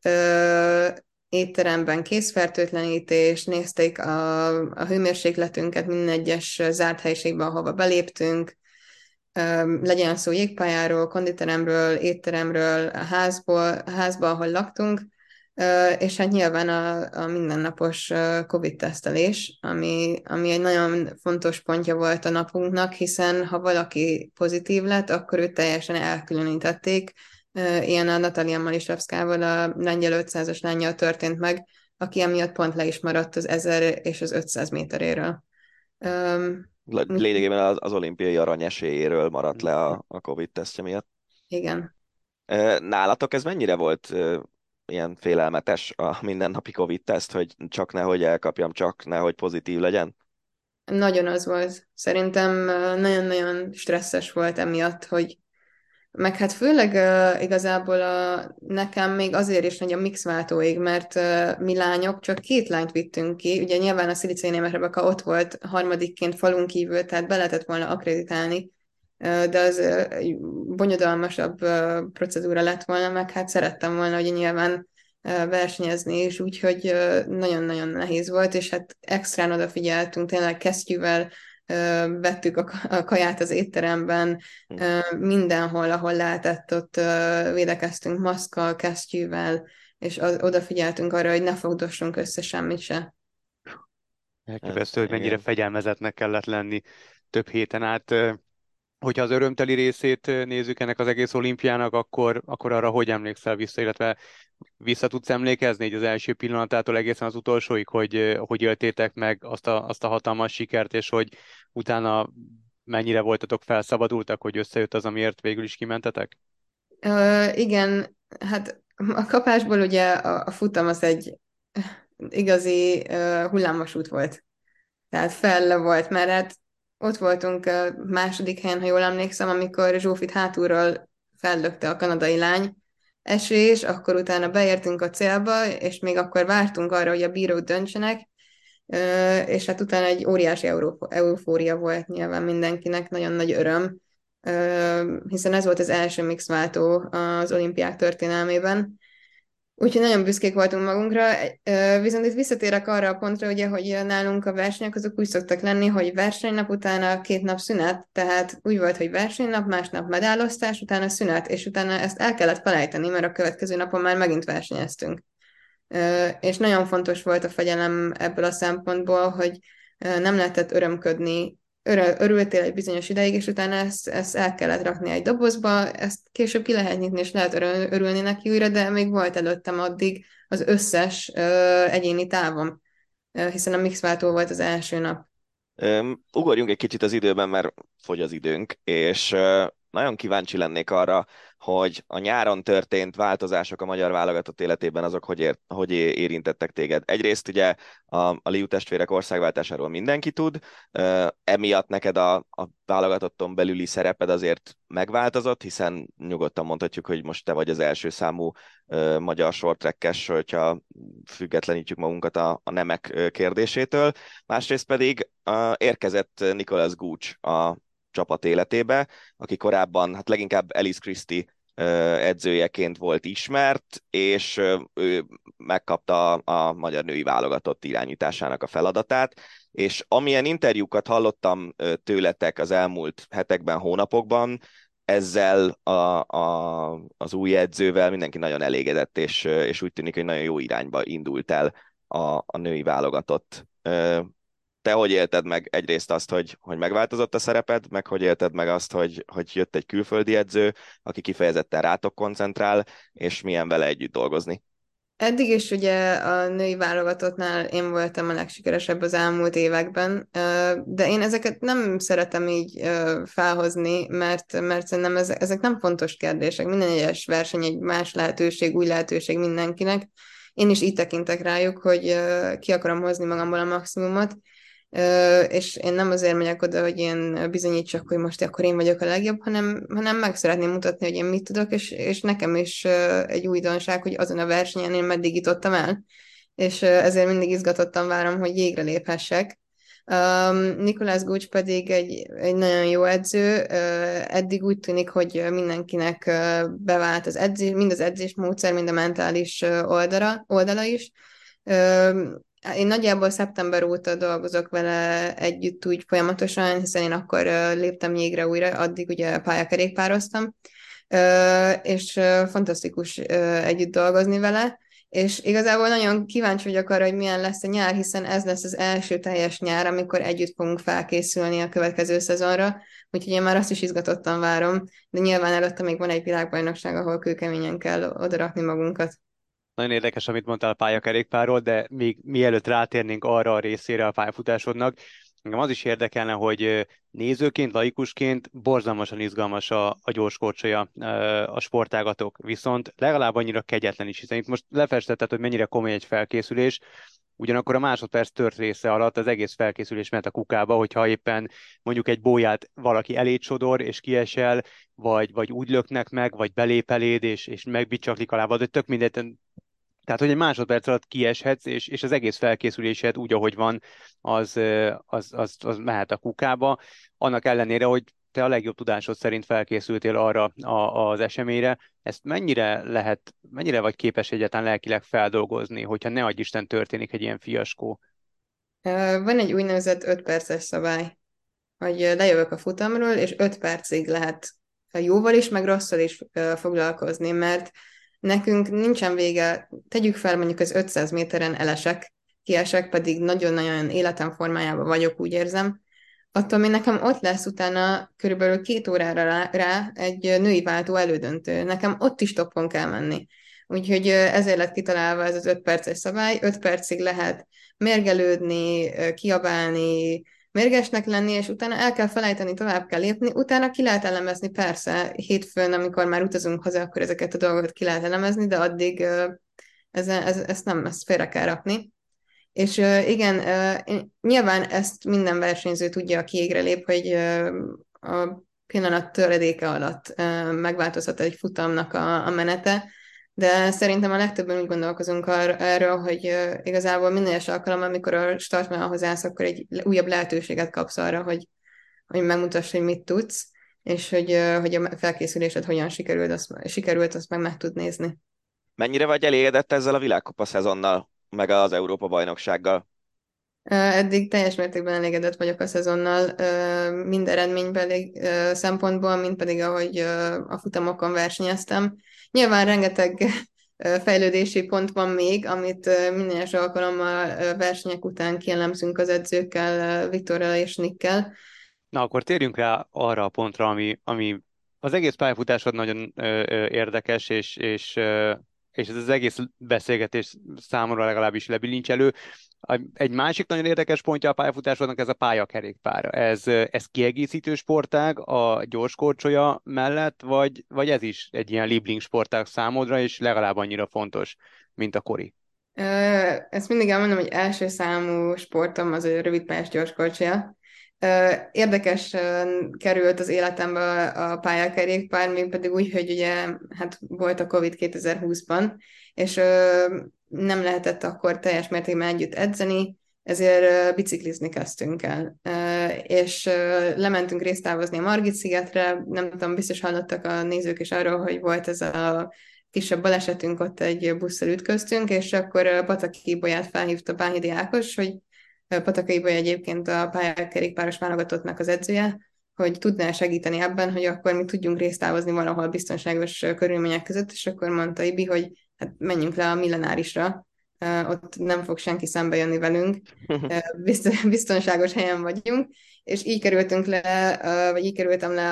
Étteremben kézfertőtlenítés, nézték a hőmérsékletünket minden egyes zárt helyiségben, ahova beléptünk, legyen szó jégpályáról, konditeremről, étteremről, a házba, ahol laktunk, és hát nyilván a mindennapos COVID-tesztelés, ami egy nagyon fontos pontja volt a napunknak, hiszen ha valaki pozitív lett, akkor őt teljesen elkülönítették. Ilyen a Natalia Maliszewskával, a lengyel 500-as lánnyal történt meg, aki emiatt pont le is maradt az 1000 és az 500 méteréről. Lényegében az olimpiai arany esélyéről maradt le a Covid-tesztje miatt. Igen. Nálatok ez mennyire volt ilyen félelmetes a mindennapi Covid-teszt, hogy csak nehogy elkapjam, csak nehogy pozitív legyen? Nagyon az volt. Szerintem nagyon-nagyon stresszes volt emiatt, hogy meg hát főleg igazából nekem még azért is nagy a mixváltóig, mert mi lányok csak 2 lányt vittünk ki. Ugye nyilván a Szilicei Németh Rebeka ott volt harmadikként falun kívül, tehát be lehetett volna akreditálni, de az egy bonyodalmasabb procedúra lett volna, meg hát szerettem volna, hogy nyilván versenyezni is, úgyhogy nagyon-nagyon nehéz volt, és hát extrán odafigyeltünk, tényleg kesztyűvel vettük a kaját az étteremben, mindenhol, ahol lehetett, ott védekeztünk maszkkal, kesztyűvel, és odafigyeltünk arra, hogy ne fogdossunk össze semmit se. Elképesztő, hogy mennyire Igen. fegyelmezetnek kellett lenni több héten át. Hogyha az örömteli részét nézzük ennek az egész olimpiának, akkor arra hogy emlékszel vissza, illetve vissza tudsz emlékezni így az első pillanatától egészen az utolsóig, hogy éltétek meg azt a hatalmas sikert, és hogy utána mennyire voltatok felszabadultak, hogy összejött az, amiért végül is kimentetek? Igen, hát a kapásból ugye a futam az egy igazi hullámvasút volt. Tehát felle volt, mert hát ott voltunk a második helyen, ha jól emlékszem, amikor Zsófit hátulról fellökte a kanadai lány esés, akkor utána beértünk a célba, és még akkor vártunk arra, hogy a bírók döntsenek, és hát utána egy óriási eufória volt nyilván mindenkinek, nagyon nagy öröm, hiszen ez volt az első mixváltó az olimpiák történelmében. Úgyhogy nagyon büszkék voltunk magunkra, viszont itt visszatérek arra a pontra, ugye, hogy nálunk a versenyek azok úgy szoktak lenni, hogy versenynap utána 2 nap szünet, tehát úgy volt, hogy versenynap, másnap medálosztás, utána szünet, és utána ezt el kellett felejteni, mert a következő napon már megint versenyeztünk. És nagyon fontos volt a fegyelem ebből a szempontból, hogy nem lehetett örömködni örültél egy bizonyos ideig, és utána ezt el kellett rakni egy dobozba, ezt később ki lehet nyitni, és lehet örülni neki újra, de még volt előttem addig az összes egyéni távom, hiszen a mixváltó volt az első nap. Ugorjunk egy kicsit az időben, mert fogy az időnk, és nagyon kíváncsi lennék arra, hogy a nyáron történt változások a magyar válogatott életében azok hogy érintettek téged. Egyrészt ugye a Liu testvérek országváltásáról mindenki tud, emiatt neked a válogatotton belüli szereped azért megváltozott, hiszen nyugodtan mondhatjuk, hogy most te vagy az első számú magyar shorttrackes, hogyha függetlenítjük magunkat a nemek kérdésétől. Másrészt pedig érkezett Nicholas Gooch a csapat életébe, aki korábban hát leginkább Alice Christie edzőjeként volt ismert, és ő megkapta a magyar női válogatott irányításának a feladatát, és amilyen interjúkat hallottam tőletek az elmúlt hetekben, hónapokban, ezzel az új edzővel mindenki nagyon elégedett, és úgy tűnik, hogy nagyon jó irányba indult el a női válogatott. Te hogy élted meg egyrészt azt, hogy megváltozott a szereped, meg hogy élted meg azt, hogy jött egy külföldi edző, aki kifejezetten rátok koncentrál, és milyen vele együtt dolgozni? Eddig is ugye a női válogatottnál én voltam a legsikeresebb az elmúlt években, de én ezeket nem szeretem így felhozni, mert szerintem ezek nem fontos kérdések. Minden egyes verseny egy más lehetőség, új lehetőség mindenkinek. Én is így tekintek rájuk, hogy ki akarom hozni magamból a maximumot, és én nem azért megyek oda, hogy én bizonyítsak, hogy most akkor én vagyok a legjobb, hanem meg szeretném mutatni, hogy én mit tudok, és nekem is egy újdonság, hogy azon a versenyen én meddig jutottam el, és ezért mindig izgatottan várom, hogy jégre léphessek. Nicolas Gucs pedig egy nagyon jó edző, eddig úgy tűnik, hogy mindenkinek bevált az edzés, mind az edzésmódszer, mind a mentális oldala is. Én nagyjából szeptember óta dolgozok vele együtt úgy folyamatosan, hiszen én akkor léptem jégre újra, addig ugye pályakerékpároztam, és fantasztikus együtt dolgozni vele, és igazából nagyon kíváncsi vagyok arra, hogy milyen lesz a nyár, hiszen ez lesz az első teljes nyár, amikor együtt fogunk felkészülni a következő szezonra, úgyhogy én már azt is izgatottan várom, de nyilván előtte még van egy világbajnokság, ahol kőkeményen kell odarakni magunkat. Nagyon érdekes, amit mondtál a pályakerékpárról, de még mielőtt rátérnénk arra a részére a pályafutásodnak, engem az is érdekelne, hogy nézőként, laikusként borzalmasan izgalmas a gyorskorcsolya, a sportágatok, viszont legalább annyira kegyetlen is, hiszen itt most lefestetted, hogy mennyire komoly egy felkészülés, ugyanakkor a másodperc tört része alatt az egész felkészülés ment a kukába, hogyha éppen mondjuk egy bóját valaki eléd sodor és kiesel, vagy úgy löknek meg, vagy belép eléd, és megbicsaklik a lábad, hogy tök mindegy. Tehát, hogy egy másodperc alatt kieshetsz, és az egész felkészülésed úgy, ahogy van, az mehet a kukába. Annak ellenére, hogy te a legjobb tudásod szerint felkészültél arra az eseményre, ezt mennyire vagy képes egyáltalán lelkileg feldolgozni, hogyha ne adj Isten történik egy ilyen fiaskó? Van egy úgynevezett 5 perces szabály, hogy lejövök a futamról, és 5 percig lehet jóval is, meg rosszal is foglalkozni, mert nekünk nincsen vége, tegyük fel mondjuk az 500 méteren elesek, kiesek, pedig nagyon-nagyon életem formájában vagyok, úgy érzem, attól még nekem ott lesz utána körülbelül 2 órára rá egy női váltó elődöntő. Nekem ott is toppon kell menni. Úgyhogy ezért lett kitalálva ez az 5 perces szabály. 5 percig lehet mérgelődni, kiabálni, mérgesnek lenni, és utána el kell felejteni, tovább kell lépni, utána ki lehet elemezni, persze, hétfőn, amikor már utazunk haza, akkor ezeket a dolgokat ki lehet elemezni, de addig ezt félre kell rakni. És igen, nyilván ezt minden versenyző tudja, aki égre lép, hogy a pillanat töredéke alatt megváltozhat egy futamnak a menete, de szerintem a legtöbben úgy gondolkozunk erről, hogy igazából minden egyes alkalommal, amikor a startvonalhoz állsz, akkor egy újabb lehetőséget kapsz arra, hogy megmutass, hogy mit tudsz, és hogy a felkészülésed hogyan sikerült, azt meg tud nézni. Mennyire vagy elégedett ezzel a világkupa szezonnal, meg az Európa-bajnoksággal? Eddig teljes mértékben elégedett vagyok a szezonnal, mind eredménybeli szempontból, mind pedig ahogy a futamokon versenyeztem. Nyilván rengeteg fejlődési pont van még, amit minden egyes alkalommal versenyek után kielemzünk az edzőkkel, Viktorral és Nikkel, Na, akkor térjünk rá arra a pontra, ami az egész pályafutásod nagyon érdekes, és ez az egész beszélgetés számomra legalábbis lebilincselő. Egy másik nagyon érdekes pontja a pályafutásodnak ez a pályakerékpár. Ez kiegészítő sportág a gyorskorcsolya mellett, vagy ez is egy ilyen Liebling sportág számodra, és legalább annyira fontos, mint a kori? Ezt mindig elmondom, hogy első számú sportom az a rövidpályás gyorskorcsolya. Érdekes került az életembe a pályakerékpár, még pedig úgy, hogy ugye hát volt a Covid 2020-ban, és nem lehetett akkor teljes mértékben együtt edzeni, ezért biciklizni kezdtünk el. És lementünk résztávozni a Margit-szigetre, nem tudom, biztos hallottak a nézők is arról, hogy volt ez a kisebb balesetünk, ott egy busszal ütköztünk, és akkor Pataki Ibolyát felhívta Bánhidi Ákos, hogy Pataki Ibolya egyébként a pályakerékpáros válogatottnak az edzője, hogy tudná segíteni ebben, hogy akkor mi tudjunk résztávozni valahol biztonságos körülmények között, és akkor mondta Ibi, hogy hát menjünk le a Millenárisra, ott nem fog senki szembe jönni velünk, biztonságos helyen vagyunk, és így kerültünk le, vagy így kerültem le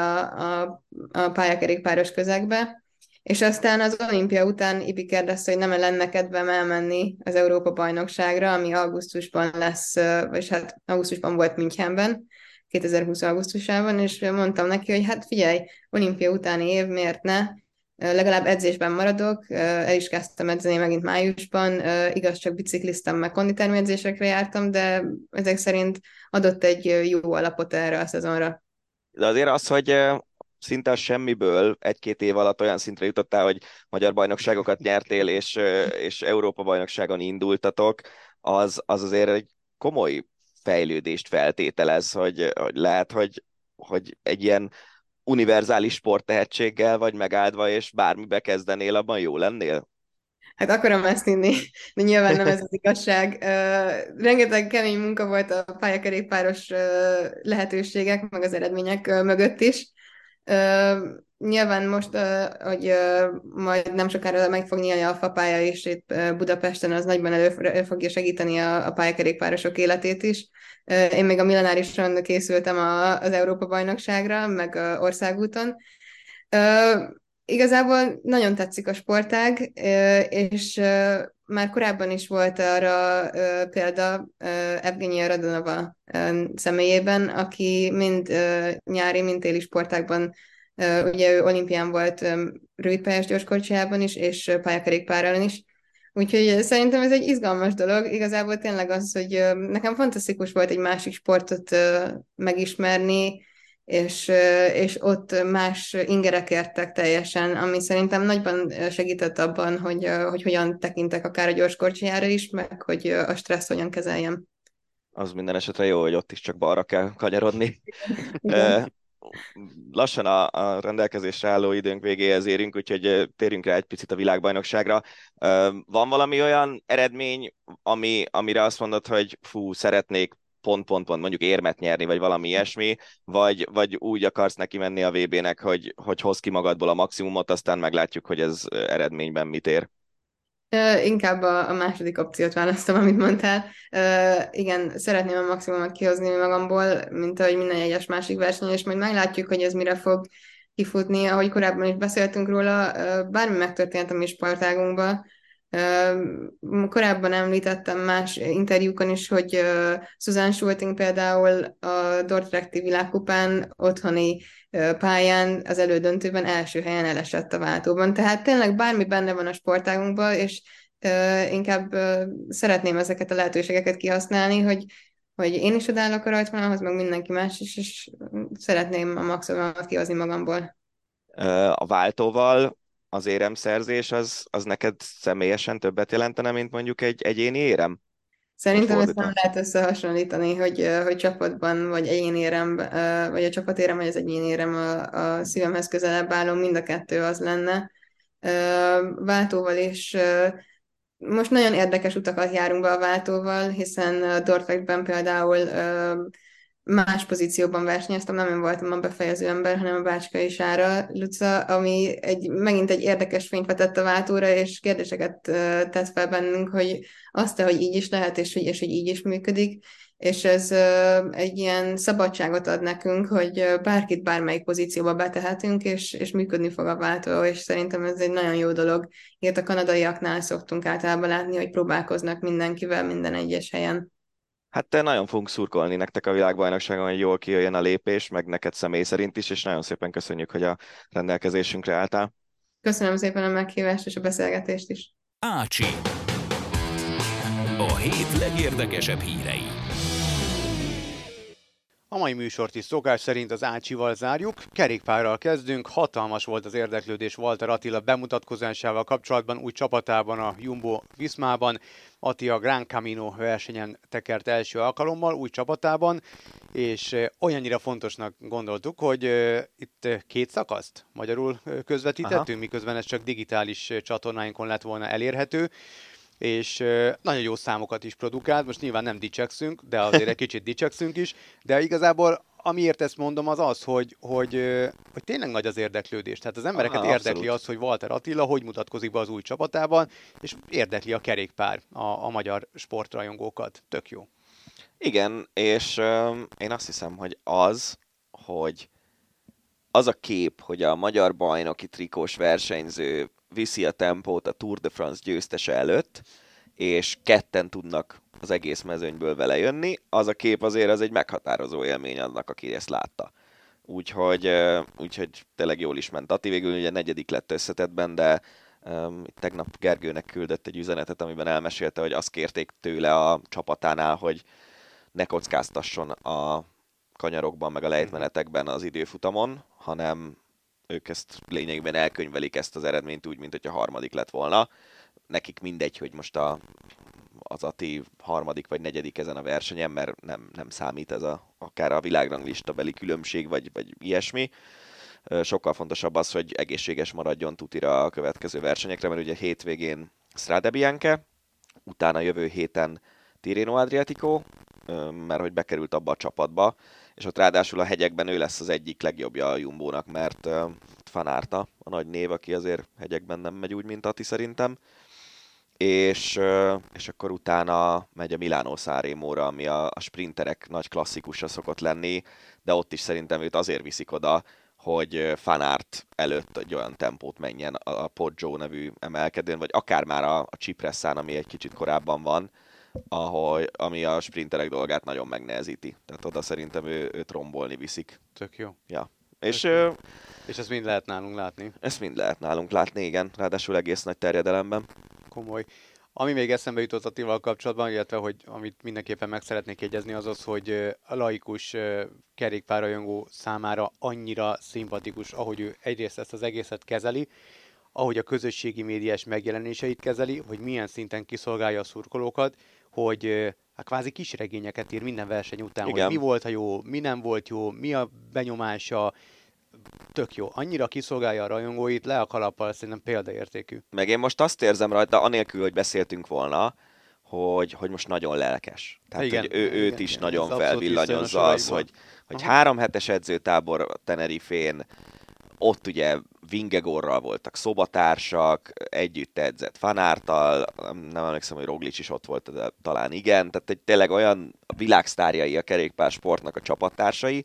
a pályakerékpáros közegbe, és aztán az olimpia után Ibi kérdezte, hogy nem lenne kedvem elmenni az Európa-bajnokságra, ami augusztusban lesz, vagy hát augusztusban volt Münchenben, 2020. augusztusában, és mondtam neki, hogy hát figyelj, olimpia utáni év, miért ne? Legalább edzésben maradok, el is kezdtem edzeni megint májusban, igaz, csak bicikliztem, meg konditermi edzésekre jártam, de ezek szerint adott egy jó alapot erre a szezonra. De azért az, hogy szinte a semmiből egy-két év alatt olyan szintre jutottál, hogy magyar bajnokságokat nyertél, és Európa-bajnokságon indultatok, az azért egy komoly fejlődést feltételez, hogy lehet, hogy egy ilyen univerzális sporttehetséggel vagy megáldva, és bármibe kezdenél, abban jó lennél? Hát akarom ezt inni, de nyilván nem ez az igazság. Rengeteg kemény munka volt a pályakerékpáros lehetőségek, meg az eredmények mögött is. Nyilván most, hogy majd nem sokára meg fog nyílni a fapálya, és itt Budapesten az nagyban elő fogja segíteni a pályakerékpárosok életét is. Én még a millenárison készültem az Európa-bajnokságra, meg országúton. Igazából nagyon tetszik a sportág, és már korábban is volt arra példa Evgenia Radonova személyében, aki mind nyári, mind téli sportákban, ugye ő olimpián volt rövidpályás gyorskorcsolyában is, és pályakerékpárral is. Úgyhogy szerintem ez egy izgalmas dolog. Igazából tényleg az, hogy nekem fantasztikus volt egy másik sportot megismerni, és ott más ingerek értek teljesen, ami szerintem nagyban segített abban, hogy hogyan tekintek akár a gyorskorcsolyára is, meg hogy a stressz hogyan kezeljem. Az minden esetre jó, hogy ott is csak balra kell kanyarodni. Igen. Lassan a rendelkezésre álló időnk végéhez érünk, úgyhogy térjünk rá egy picit a világbajnokságra. Van valami olyan eredmény, amire azt mondod, hogy fú, szeretnék pont, mondjuk érmet nyerni, vagy valami ilyesmi, vagy úgy akarsz neki menni a VB-nek, hogy hoz ki magadból a maximumot, aztán meglátjuk, hogy ez eredményben mit ér. Inkább a második opciót választom, amit mondtál. Igen, szeretném a maximumot kihozni magamból, mint ahogy minden egyes másik verseny, és majd meglátjuk, hogy ez mire fog kifutni. Ahogy korábban is beszéltünk róla, bármi megtörtént a mi sportágunkban. Korábban említettem más interjúkon is, hogy Susan Schulting például a Dordrechte világkupán otthoni pályán az elődöntőben első helyen elesett a váltóban. Tehát tényleg bármi benne van a sportágunkban, és inkább szeretném ezeket a lehetőségeket kihasználni, hogy én is odállok a rajtvonalhoz, meg mindenki más is, és szeretném a maximumot kihozni magamból. A váltóval az éremszerzés az neked személyesen többet jelentene, mint mondjuk egy egyéni érem? Vagy Szerintem ezt nem fordítva? lehet összehasonlítani, hogy csapatban, vagy egyéni érem, vagy a csapatérem, vagy az egyéni érem a szívemhez közelebb álló, mind a kettő az lenne. Váltóval is most nagyon érdekes utakat járunk be a váltóval, hiszen Dortmundben például más pozícióban versenyeztem, nem én voltam a befejező ember, hanem a Bácskai Sára Luca, ami megint egy érdekes fényt vetett a váltóra, és kérdéseket tett fel bennünk, hogy azt, hogy így is lehet, és hogy így is működik. és ez egy ilyen szabadságot ad nekünk, hogy bárkit bármelyik pozícióba betehetünk, és működni fog a váltó, és szerintem ez egy nagyon jó dolog. Ilyet a kanadaiaknál szoktunk általában látni, hogy próbálkoznak mindenkivel minden egyes helyen. Hát te nagyon fogunk szurkolni nektek a világbajnokságon, hogy jól kijöjjön a lépés, meg neked személy szerint is, és nagyon szépen köszönjük, hogy a rendelkezésünkre álltál. Köszönöm szépen a meghívást és a beszélgetést is. Ácsi. A hét legérdekesebb hírei. A mai műsort is szokás szerint az Ácsival zárjuk. Kerékpárral kezdünk. Hatalmas volt az érdeklődés Walter Attila bemutatkozásával kapcsolatban új csapatában, a Jumbo Viszmában. Atti a Gran Camino versenyen tekert első alkalommal új csapatában, és olyannyira fontosnak gondoltuk, hogy itt 2 szakaszt magyarul közvetítettünk, miközben ez csak digitális csatornáinkon lett volna elérhető, és nagyon jó számokat is produkált, most nyilván nem dicsekszünk, de azért egy kicsit dicsekszünk is, de igazából amiért ezt mondom az az, hogy tényleg nagy az érdeklődés. Tehát az embereket érdekli abszolút. az, hogy Walter Attila hogy mutatkozik be az új csapatában, és érdekli a kerékpár a magyar sportrajongókat. Tök jó. Igen, és én azt hiszem, hogy az a kép, hogy a magyar bajnoki trikós versenyző viszi a tempót a Tour de France győztese előtt, és ketten tudnak az egész mezőnyből vele jönni, az a kép azért az egy meghatározó élmény annak, aki ezt látta. Úgyhogy tényleg jól is ment. Atti végül ugye 4. lett összetettben, de tegnap Gergőnek küldött egy üzenetet, amiben elmesélte, hogy azt kérték tőle a csapatánál, hogy ne kockáztasson a kanyarokban, meg a lejtmenetekben az időfutamon, hanem ők ezt lényegében elkönyvelik ezt az eredményt úgy, mint hogyha 3. lett volna. Nekik mindegy, hogy most az Ati 3. vagy 4. ezen a versenyen, mert nem számít ez akár a világranglista beli különbség, vagy ilyesmi. Sokkal fontosabb az, hogy egészséges maradjon tutira a következő versenyekre, mert ugye hétvégén Strade Bianche, utána jövő héten Tirreno Adriatico, mert hogy bekerült abba a csapatba, és ott ráadásul a hegyekben ő lesz az egyik legjobbja a Jumbónak, mert Van Aerta a nagy név, aki azért hegyekben nem megy úgy, mint Ati szerintem. És akkor utána megy a Milano-San Remóra, ami a sprinterek nagy klasszikusa szokott lenni, de ott is szerintem őt azért viszik oda, hogy Van Aert előtt egy olyan tempót menjen a Poggio nevű emelkedőn, vagy akár már a Cipresszán, ami egy kicsit korábban van, ami a sprinterek dolgát nagyon megnehezíti. Tehát oda szerintem őt rombolni viszik. Tök jó. Ja. És ezt mind lehet nálunk látni. ezt mind lehet nálunk látni, igen. Ráadásul egész nagy terjedelemben. Komoly. Ami még eszembe jutott Attilával kapcsolatban, illetve hogy amit mindenképpen meg szeretnék jegyezni, az az, hogy a laikus kerékpárrajongó számára annyira szimpatikus, ahogy ő egyrészt ezt az egészet kezeli, ahogy a közösségi médiás megjelenéseit kezeli, hogy milyen szinten kiszolgálja a szurkolókat, hogy kvázi kisregényeket ír minden verseny után, Igen. hogy mi volt a jó, mi nem volt jó, mi a benyomása, tök jó. Annyira kiszolgálja a rajongóit, le a kalappal, szerintem példaértékű. Meg én most azt érzem rajta, anélkül, hogy beszéltünk volna, hogy most nagyon lelkes. Tehát, Igen, hogy őt igen, is igen. nagyon Ez abszolút felvillanyozza az, visszajön a hogy Aha. 3 hetes edzőtábor a Tenerifén, ott ugye Vingegorral voltak szobatársak, együtt edzett Van Aerttal, nem emlékszem, hogy Roglic is ott volt, de talán igen, tehát egy tényleg olyan világsztárjai a kerékpársportnak a csapattársai,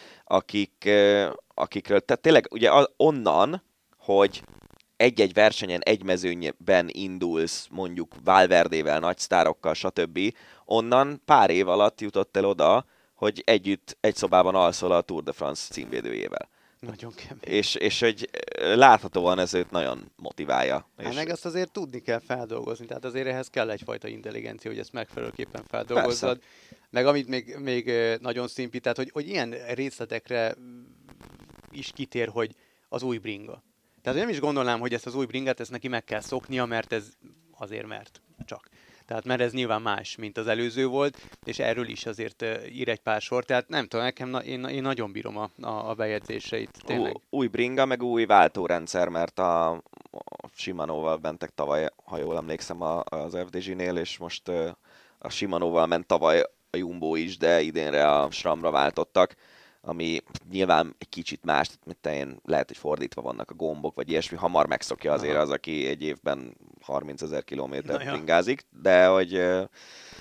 akikről, tehát tényleg ugye onnan, hogy egy-egy versenyen, egy mezőnyben indulsz, mondjuk Valverdével, nagy sztárokkal, stb. Onnan pár év alatt jutott el oda, hogy együtt egy szobában alszol a Tour de France címvédőjével. Nagyon kemény. És hogy láthatóan ez őt nagyon motiválja. Hát meg azt azért tudni kell feldolgozni, tehát azért ehhez kell egyfajta intelligencia, hogy ezt megfelelőképpen feldolgozzad. Persze. Meg amit még nagyon szimpi, tehát hogy ilyen részletekre is kitér, hogy az új bringa. Tehát nem is gondolnám, hogy ezt az új bringát, ezt neki meg kell szoknia, mert ez azért mert csak. Tehát mert ez nyilván más, mint az előző volt, és erről is azért ír egy pár sort. Tehát nem tudom, nekem én nagyon bírom a bejegyzéseit, tényleg. Új bringa, meg új váltórendszer, mert a Shimanoval mentek tavaly, ha jól emlékszem, az FDG-nél, és most a Shimanoval ment tavaly a Jumbo is, de idénre a SRAM-ra váltottak, ami nyilván egy kicsit más, mint lehet, hogy fordítva vannak a gombok, vagy ilyesmi, hamar megszokja azért az, aki egy évben 30 000 kilométert bringázik, de hogy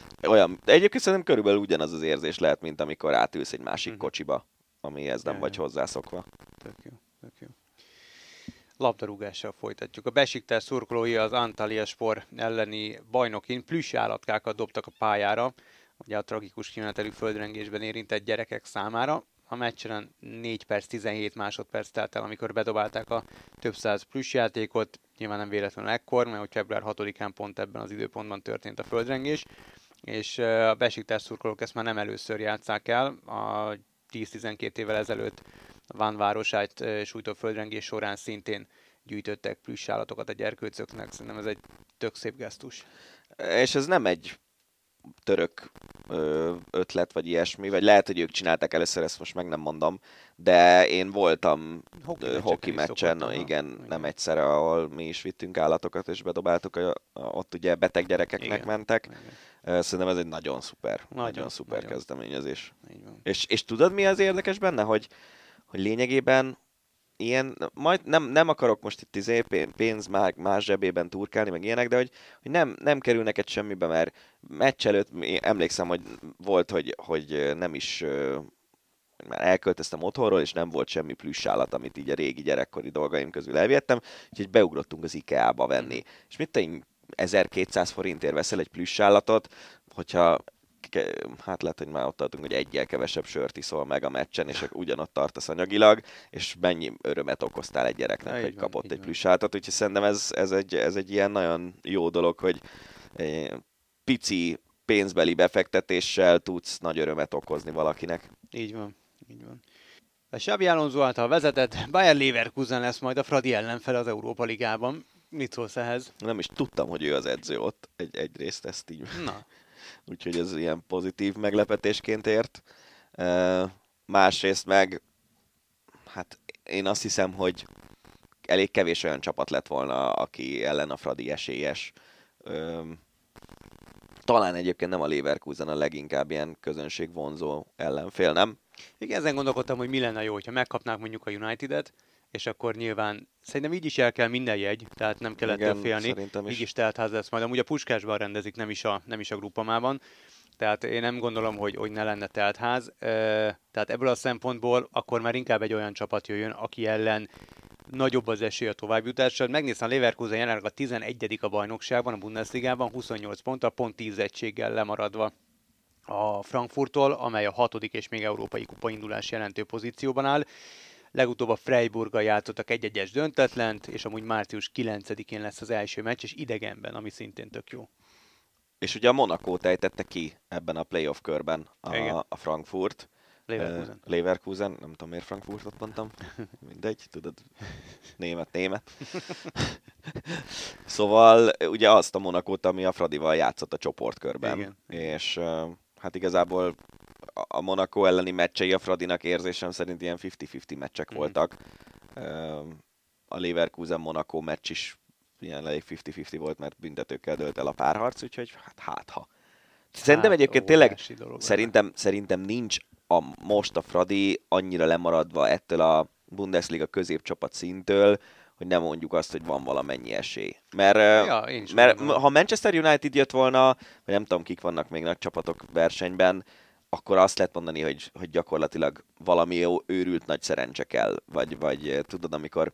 Olyan, de egyébként szerintem körülbelül ugyanaz az érzés lehet, mint amikor átülsz egy másik kocsiba, amihez nem vagy hozzászokva. Tök jó, tök jó. Labdarúgással folytatjuk. A Besiktas szurkolói az Antalyaspor elleni bajnokin plüss állatkákat dobtak a pályára, ugye a tragikus kimenetelű földrengésben érintett gyerekek számára. A meccsen 4 perc 17 másodperc telt el, amikor bedobálták a több száz plüss játékot. Nyilván nem véletlenül ekkor, mert hogy február 6-án pont ebben az időpontban történt a földrengés, és a Besiktas szurkolók ezt már nem először játsszák el. A 10-12 évvel ezelőtt Van városát sújtó földrengés során szintén gyűjtöttek plüss állatokat a gyerkőcöknek. Szerintem ez egy tök szép gesztus. És ez nem egy török ötlet, vagy ilyesmi, vagy lehet, hogy ők csinálták először, ezt most meg nem mondom, de én voltam hoki meccsen, igen, nem egyszer, ahol mi is vittünk állatokat, és bedobáltuk, ott ugye beteg gyerekeknek mentek. Igen. Szerintem ez egy nagyon szuper kezdeményezés. És tudod, mi az érdekes benne, hogy lényegében ilyen, majd nem akarok most itt pénz más zsebében turkálni, meg ilyenek, de hogy nem kerül neked semmibe, mert meccs előtt emlékszem, hogy volt, hogy nem is már elköltöztem otthonról, és nem volt semmi plüss állat, amit így a régi gyerekkori dolgaim közül elvihettem, úgyhogy beugrottunk az IKEA-ba venni. És mit te 1200 forintért veszel egy plüss állatot, hogyha hát lehet, hogy már ott tartunk, hogy egyel kevesebb sört iszol meg a meccsen, és ugyanott tartasz anyagilag, és mennyi örömet okoztál egy gyereknek, hogy kapott egy plüss állatot. Úgyhogy szerintem ez egy ilyen nagyon jó dolog, hogy pici pénzbeli befektetéssel tudsz nagy örömet okozni valakinek. Így van. A Xabi Alonso által vezetett Bayer Leverkusen lesz majd a Fradi ellenfele az Európa Ligában. Mit szólsz ehhez? Nem is tudtam, hogy ő az edző ott. Egyrészt ezt így... Na. Úgyhogy ez ilyen pozitív meglepetésként ért. Másrészt meg, hát én azt hiszem, hogy elég kevés olyan csapat lett volna, aki ellen a Fradi esélyes. Talán egyébként nem a Leverkusen a leginkább ilyen közönségvonzó ellenfél, nem? Igen, ezen gondolkodtam, hogy mi lenne jó, hogyha megkapnák mondjuk a United-et, és akkor nyilván szerintem így is el kell minden jegy, tehát nem kell ettől félni. Így is teltház lesz majd. Amúgy a Puskásban rendezik, nem is a Grupamában. Tehát én nem gondolom, hogy ne lenne teltház. Tehát ebből a szempontból akkor már inkább egy olyan csapat jöjjön, aki ellen nagyobb az esély a továbbjutásra. Megnéztem, a Leverkusen jelenleg a 11. a bajnokságban, a Bundesligában, 28 ponttal, pont 10 egységgel lemaradva a Frankfurttól, amely a 6. és még európai kupa indulás jelentő pozícióban áll. Legutóbb a Freiburggal játszottak egy-egyes döntetlent, és amúgy március 9-én lesz az első meccs, és idegenben, ami szintén tök jó. És ugye a Monacót ejtette ki ebben a playoff körben a Frankfurt. Leverkusen, nem tudom miért Frankfurtot mondtam, mindegy, tudod, német. Szóval ugye azt a Monacót, ami a Fradival játszott a csoportkörben. Igen. És hát igazából a Monaco elleni meccsei a Fradinak érzésem szerint ilyen 50-50 meccsek voltak. A Leverkusen-Monaco meccs is ilyen elég 50-50 volt, mert büntetőkkel dőlt el a párharc, úgyhogy hát ha. Szerintem egyébként tényleg, szerintem nincs most a Fradi annyira lemaradva ettől a Bundesliga középcsapat szintől, hogy nem mondjuk azt, hogy van valamennyi esély. Mert ha Manchester United jött volna, vagy nem tudom, kik vannak még nagy csapatok versenyben, akkor azt lehet mondani, hogy gyakorlatilag valami jó, őrült nagy szerencse kell. Vagy tudod, amikor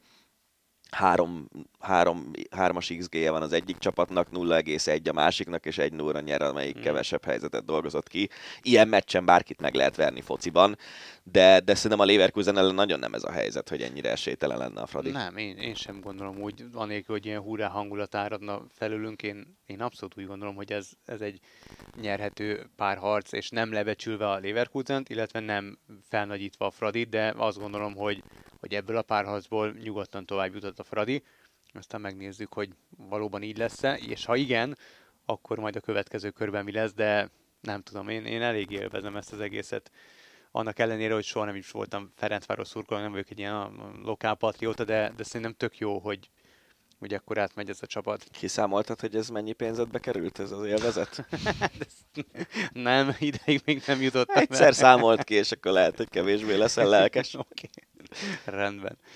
3-as XG-je van az egyik csapatnak, 0,1 a másiknak, és 1-0-ra nyer, amelyik kevesebb helyzetet dolgozott ki. Ilyen meccsen bárkit meg lehet verni fociban, de szerintem a Leverkusen ellen nagyon nem ez a helyzet, hogy ennyire esélytelen lenne a Fradi. Nem, én sem gondolom úgy, anélkül, hogy ilyen hurrá hangulat áradna felülünk, én abszolút úgy gondolom, hogy ez egy nyerhető párharc, és nem lebecsülve a Leverkusent, illetve nem felnagyítva a Fradit, de azt gondolom, hogy ebből a párharcból nyugodtan tovább jutott a Fradi. Aztán megnézzük, hogy valóban így lesz-e, és ha igen, akkor majd a következő körben mi lesz, de nem tudom, én elég élvezem ezt az egészet. Annak ellenére, hogy soha nem is voltam Ferencváros szurkoló, nem vagyok egy ilyen lokálpatrióta, de szerintem tök jó, hogy akkor átmegy ez a csapat. Kiszámoltad, hogy ez mennyi pénzedbe került, ez az élvezet? Nem, ideig még nem jutottam. Egyszer számolt ki, és akkor lehet, hogy kevésbé leszel lelkes. Oké. Rendben.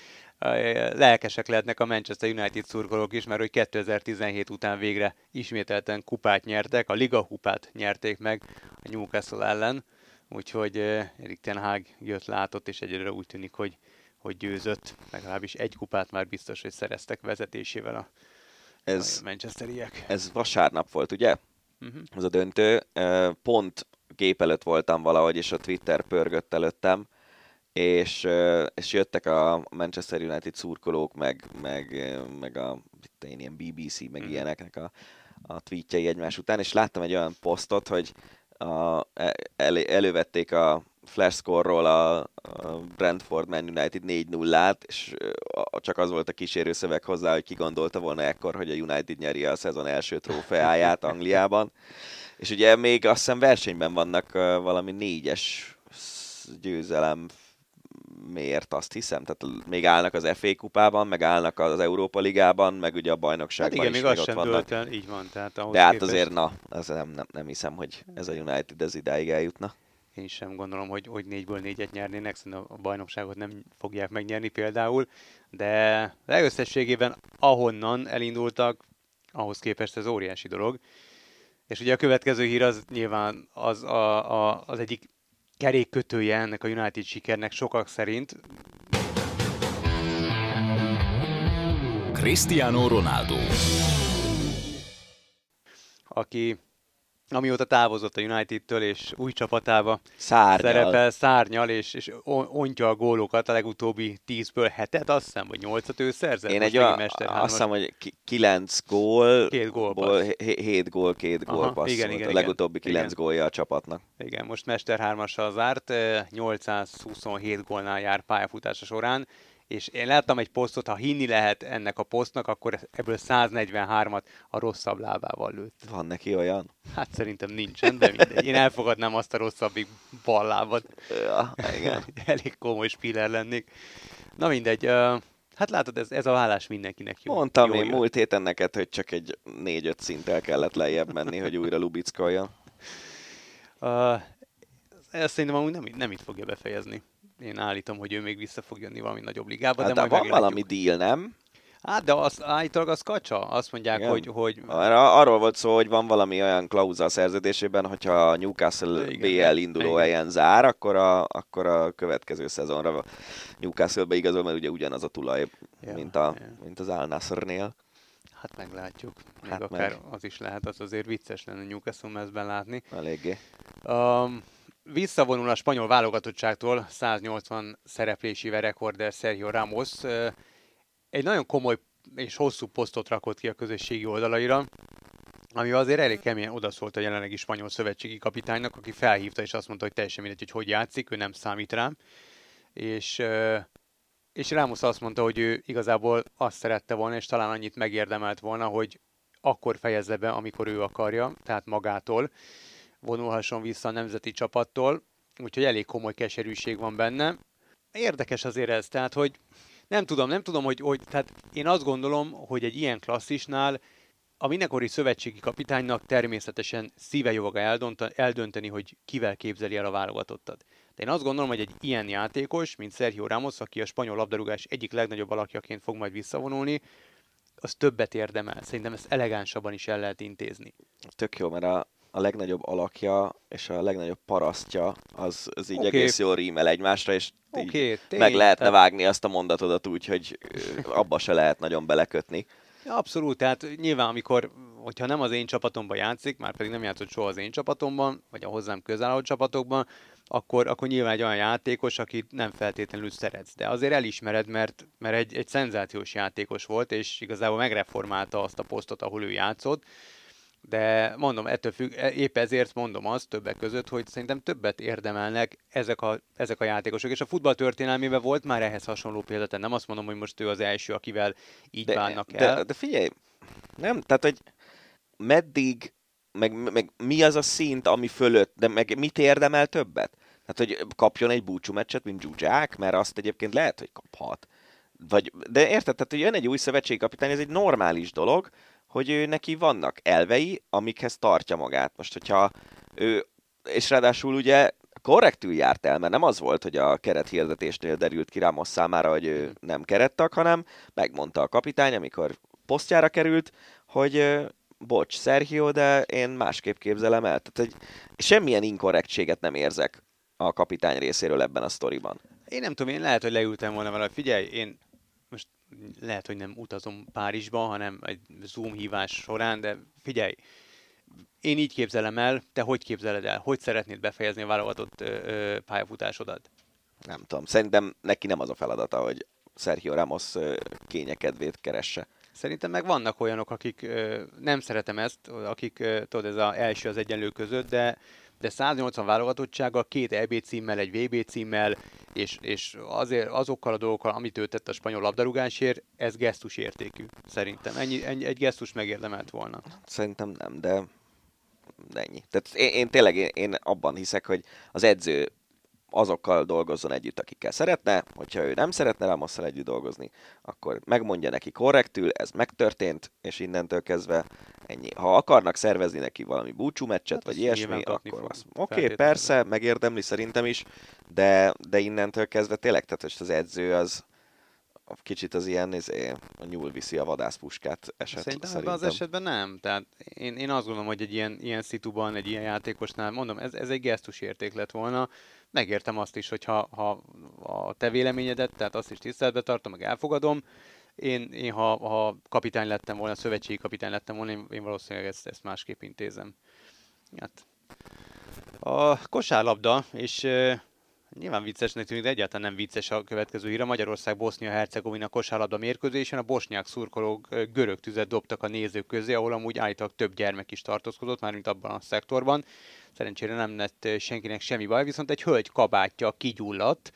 lelkesek lehetnek a Manchester United szurkolók is, mert hogy 2017 után végre ismételten kupát nyertek, a Liga kupát nyerték meg a Newcastle ellen, úgyhogy Erik ten Hag jött, látott, és egyre úgy tűnik, hogy győzött. Legalábbis egy kupát már biztos, hogy szereztek vezetésével a manchesteriek. Ez vasárnap volt, ugye? Ez a döntő. Pont gép előtt voltam valahogy, és a Twitter pörgött előttem, és jöttek a Manchester United szurkolók, meg a ilyen BBC, meg ilyeneknek a tweetjei egymás után, és láttam egy olyan posztot, hogy elővették a flash score-ról a Brentford Man United 4-0-át, és csak az volt a kísérő szöveg hozzá, hogy ki gondolta volna ekkor, hogy a United nyeri a szezon első trófeáját Angliában. És ugye még azt hiszem versenyben vannak valami 4-es győzelem miért, azt hiszem. Tehát még állnak az FA kupában, meg állnak az Európa Ligában, meg ugye a bajnokságban hát igen, is még még az ott sem vannak. dölt el, így van. Tehát ahhoz de hát képest... azért, az nem hiszem, hogy ez a United ez idáig eljutna. Én sem gondolom, hogy 4-ből 4-et nyernének, szerintem a bajnokságot nem fogják megnyerni például, de legösszességében ahonnan elindultak, ahhoz képest ez óriási dolog. És ugye a következő hír az nyilván az egyik kerékkötője ennek a United sikernek sokak szerint. Cristiano Ronaldo. Aki amióta távozott a United-től és új csapatába Szárnyal. szárnyal, és ontja a gólokat, a legutóbbi 10-ből 7-et, azt hiszem, hogy 8-at ő szerzett. Én azt hiszem, hogy 9 gól, 2 gólból, 7 gól, 2 gólpassz igen, volt. igen, A legutóbbi 9 igen. gólja a csapatnak. Igen, most Mester 3-assal zárt, 827 gólnál jár pályafutása során, és én láttam egy posztot, ha hinni lehet ennek a posztnak, akkor ebből 143-at a rosszabb lábával lőtt. Van neki olyan? Hát szerintem nincsen, de mindegy. Én elfogadnám azt a rosszabbik ballábat. Ja, igen. Elég komoly spiller lennék. Na mindegy, hát látod, ez a vállás mindenkinek jó. Mondtam jó én jön. múlt héten neked, hogy csak egy 4-5 szinttel kellett lejjebb menni, hogy újra lubickoljon. Ezt szerintem amúgy nem itt fogja befejezni. Én állítom, hogy ő még vissza fog jönni valami nagyobb ligába, Hát de majd van meglátjuk. valami deal, nem? Hát, de állítólag az kacsa. Azt mondják, Igen. hogy... Arról volt szó, hogy van valami olyan klauza a szerződésében, hogyha a Newcastle Igen, BL induló igen. helyen zár, akkor a következő szezonra Newcastle-be igazol, mert ugye ugyanaz a tulaj, Ja, mint az Al Nassrnél. Hát meglátjuk. Még Hát akár az is lehet, az azért vicces lenne Newcastle mezben látni. Eléggé. Visszavonul a spanyol válogatottságtól 180 szereplésével rekorder Sergio Ramos. Egy nagyon komoly és hosszú posztot rakott ki a közösségi oldalaira, ami azért elég keményen odaszólt a jelenlegi spanyol szövetségi kapitánynak, aki felhívta és azt mondta, hogy teljesen mindegy, hogy játszik, ő nem számít rám. És Ramos azt mondta, hogy ő igazából azt szerette volna, és talán annyit megérdemelt volna, hogy akkor fejezze be, amikor ő akarja, tehát magától vonulhasson vissza a nemzeti csapattól, úgyhogy elég komoly keserűség van benne. Érdekes azért ez, tehát hogy nem tudom, hogy tehát én azt gondolom, hogy egy ilyen klasszisnál a mindenkori szövetségi kapitánynak természetesen szíve joga eldönteni, hogy kivel képzeli el a válogatottat. De én azt gondolom, hogy egy ilyen játékos, mint Sergio Ramos, aki a spanyol labdarúgás egyik legnagyobb alakjaként fog majd visszavonulni, az többet érdemel. Szerintem ezt elegánsabban is el lehet intézni. Tök jó, mert a legnagyobb alakja és a legnagyobb parasztja az így Oké. egész jól rímel egymásra, és így Tény, meg lehetne tehát- vágni azt a mondatodat úgy, hogy abba se lehet nagyon belekötni. Abszolút, tehát nyilván hogyha nem az én csapatomban játszik, már pedig nem játszott soha az én csapatomban, vagy a hozzám közel álló csapatokban, akkor nyilván egy olyan játékos, akit nem feltétlenül szeretsz. De azért elismered, mert egy szenzációs játékos volt, és igazából megreformálta azt a posztot, ahol ő játszott. De mondom, ettől függ, épp ezért mondom azt többek között, hogy szerintem többet érdemelnek ezek a játékosok. És a futball történelmében volt már ehhez hasonló példa, tehát nem azt mondom, hogy most ő az első, akivel így bánnak el. De figyelj, nem, tehát hogy meddig, meg mi az a szint, ami fölött, de meg mit érdemel többet? Tehát, hogy kapjon egy búcsú meccset, mint Zsuzsák, mert azt egyébként lehet, hogy kaphat. De érted, tehát, hogy jön egy új szövetségkapitány, ez egy normális dolog, hogy ő neki vannak elvei, amikhez tartja magát. Most, hogyha ő, és ráadásul ugye korrektül járt el, mert nem az volt, hogy a kerethirdetésnél derült ki Ramos számára, hogy ő nem kerettag, hanem megmondta a kapitány, amikor posztjára került, hogy bocs, Sergio, de én másképp képzelem el. Tehát semmilyen inkorrektséget nem érzek a kapitány részéről ebben a sztoriban. Én nem tudom, én lehet, hogy leültem volna vele, figyelj, én most lehet, hogy nem utazom Párizsba, hanem egy Zoom hívás során, de figyelj, én így képzelem el, te hogy képzeled el? Hogy szeretnéd befejezni a válogatott pályafutásodat? Nem tudom, szerintem neki nem az a feladata, hogy Sergio Ramos kényekedvét keresse. Szerintem meg vannak olyanok, akik nem szeretem ezt, akik tudod, ez az első az egyenlő között, de 180 válogatottsággal, 2 EB címmel, egy VB címmel, és azért azokkal a dolgokkal, amit ő tett a spanyol labdarúgásért, ez gesztus értékű, szerintem. Egy gesztus megérdemelt volna. Szerintem nem, de ennyi. Tehát én tényleg én abban hiszek, hogy az edző azokkal dolgozzon együtt, akikkel szeretne, hogyha ő nem szeretne Ramosszal együtt dolgozni, akkor megmondja neki korrektül, ez megtörtént, és innentől kezdve ennyi. Ha akarnak szervezni neki valami búcsú meccset, Hát vagy azt ilyesmi, nyilván kapni akkor fog, azt. Oké, feltétlenül. persze, megérdemli szerintem is, de innentől kezdve tényleg, tehát most az edző az kicsit az ilyen, a nyúl viszi a vadászpuskát eset. Szerintem ebben az esetben nem. Tehát én azt gondolom, hogy egy ilyen szituban, egy ilyen játékosnál, mondom, ez egy gesztus érték lett volna. Megértem azt is, hogy ha a te véleményedet, tehát azt is tiszteletbe tartom, meg elfogadom. Én ha kapitány lettem volna, szövetségi kapitány lettem volna, én valószínűleg ezt másképp intézem. Hát. A kosárlabda, és nyilván viccesnek tűnik, de egyáltalán nem vicces a következő hír. A Magyarország-Bosznia-Hercegovina kosárlabda mérkőzésen a bosnyák szurkolók görög tüzet dobtak a nézők közé, ahol amúgy állítólag több gyermek is tartózkodott, mármint abban a szektorban. Szerencsére nem lett senkinek semmi baj, viszont egy hölgy kabátja kigyulladt.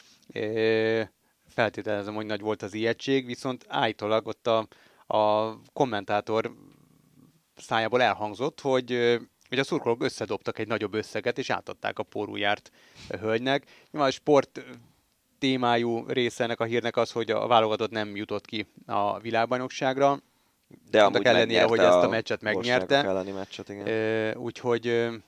Feltételezem, hogy nagy volt az ijegység, viszont állítólag ott a kommentátor szájából elhangzott, hogy a szurkolók összedobtak egy nagyobb összeget, és átadták a pórujjárt a hölgynek. Nyilván a sport témájú része ennek a hírnek az, hogy a válogatott nem jutott ki a világbajnokságra. De annak ellenére, hogy ezt a meccset megnyerte. Meccset, igen. Úgyhogy,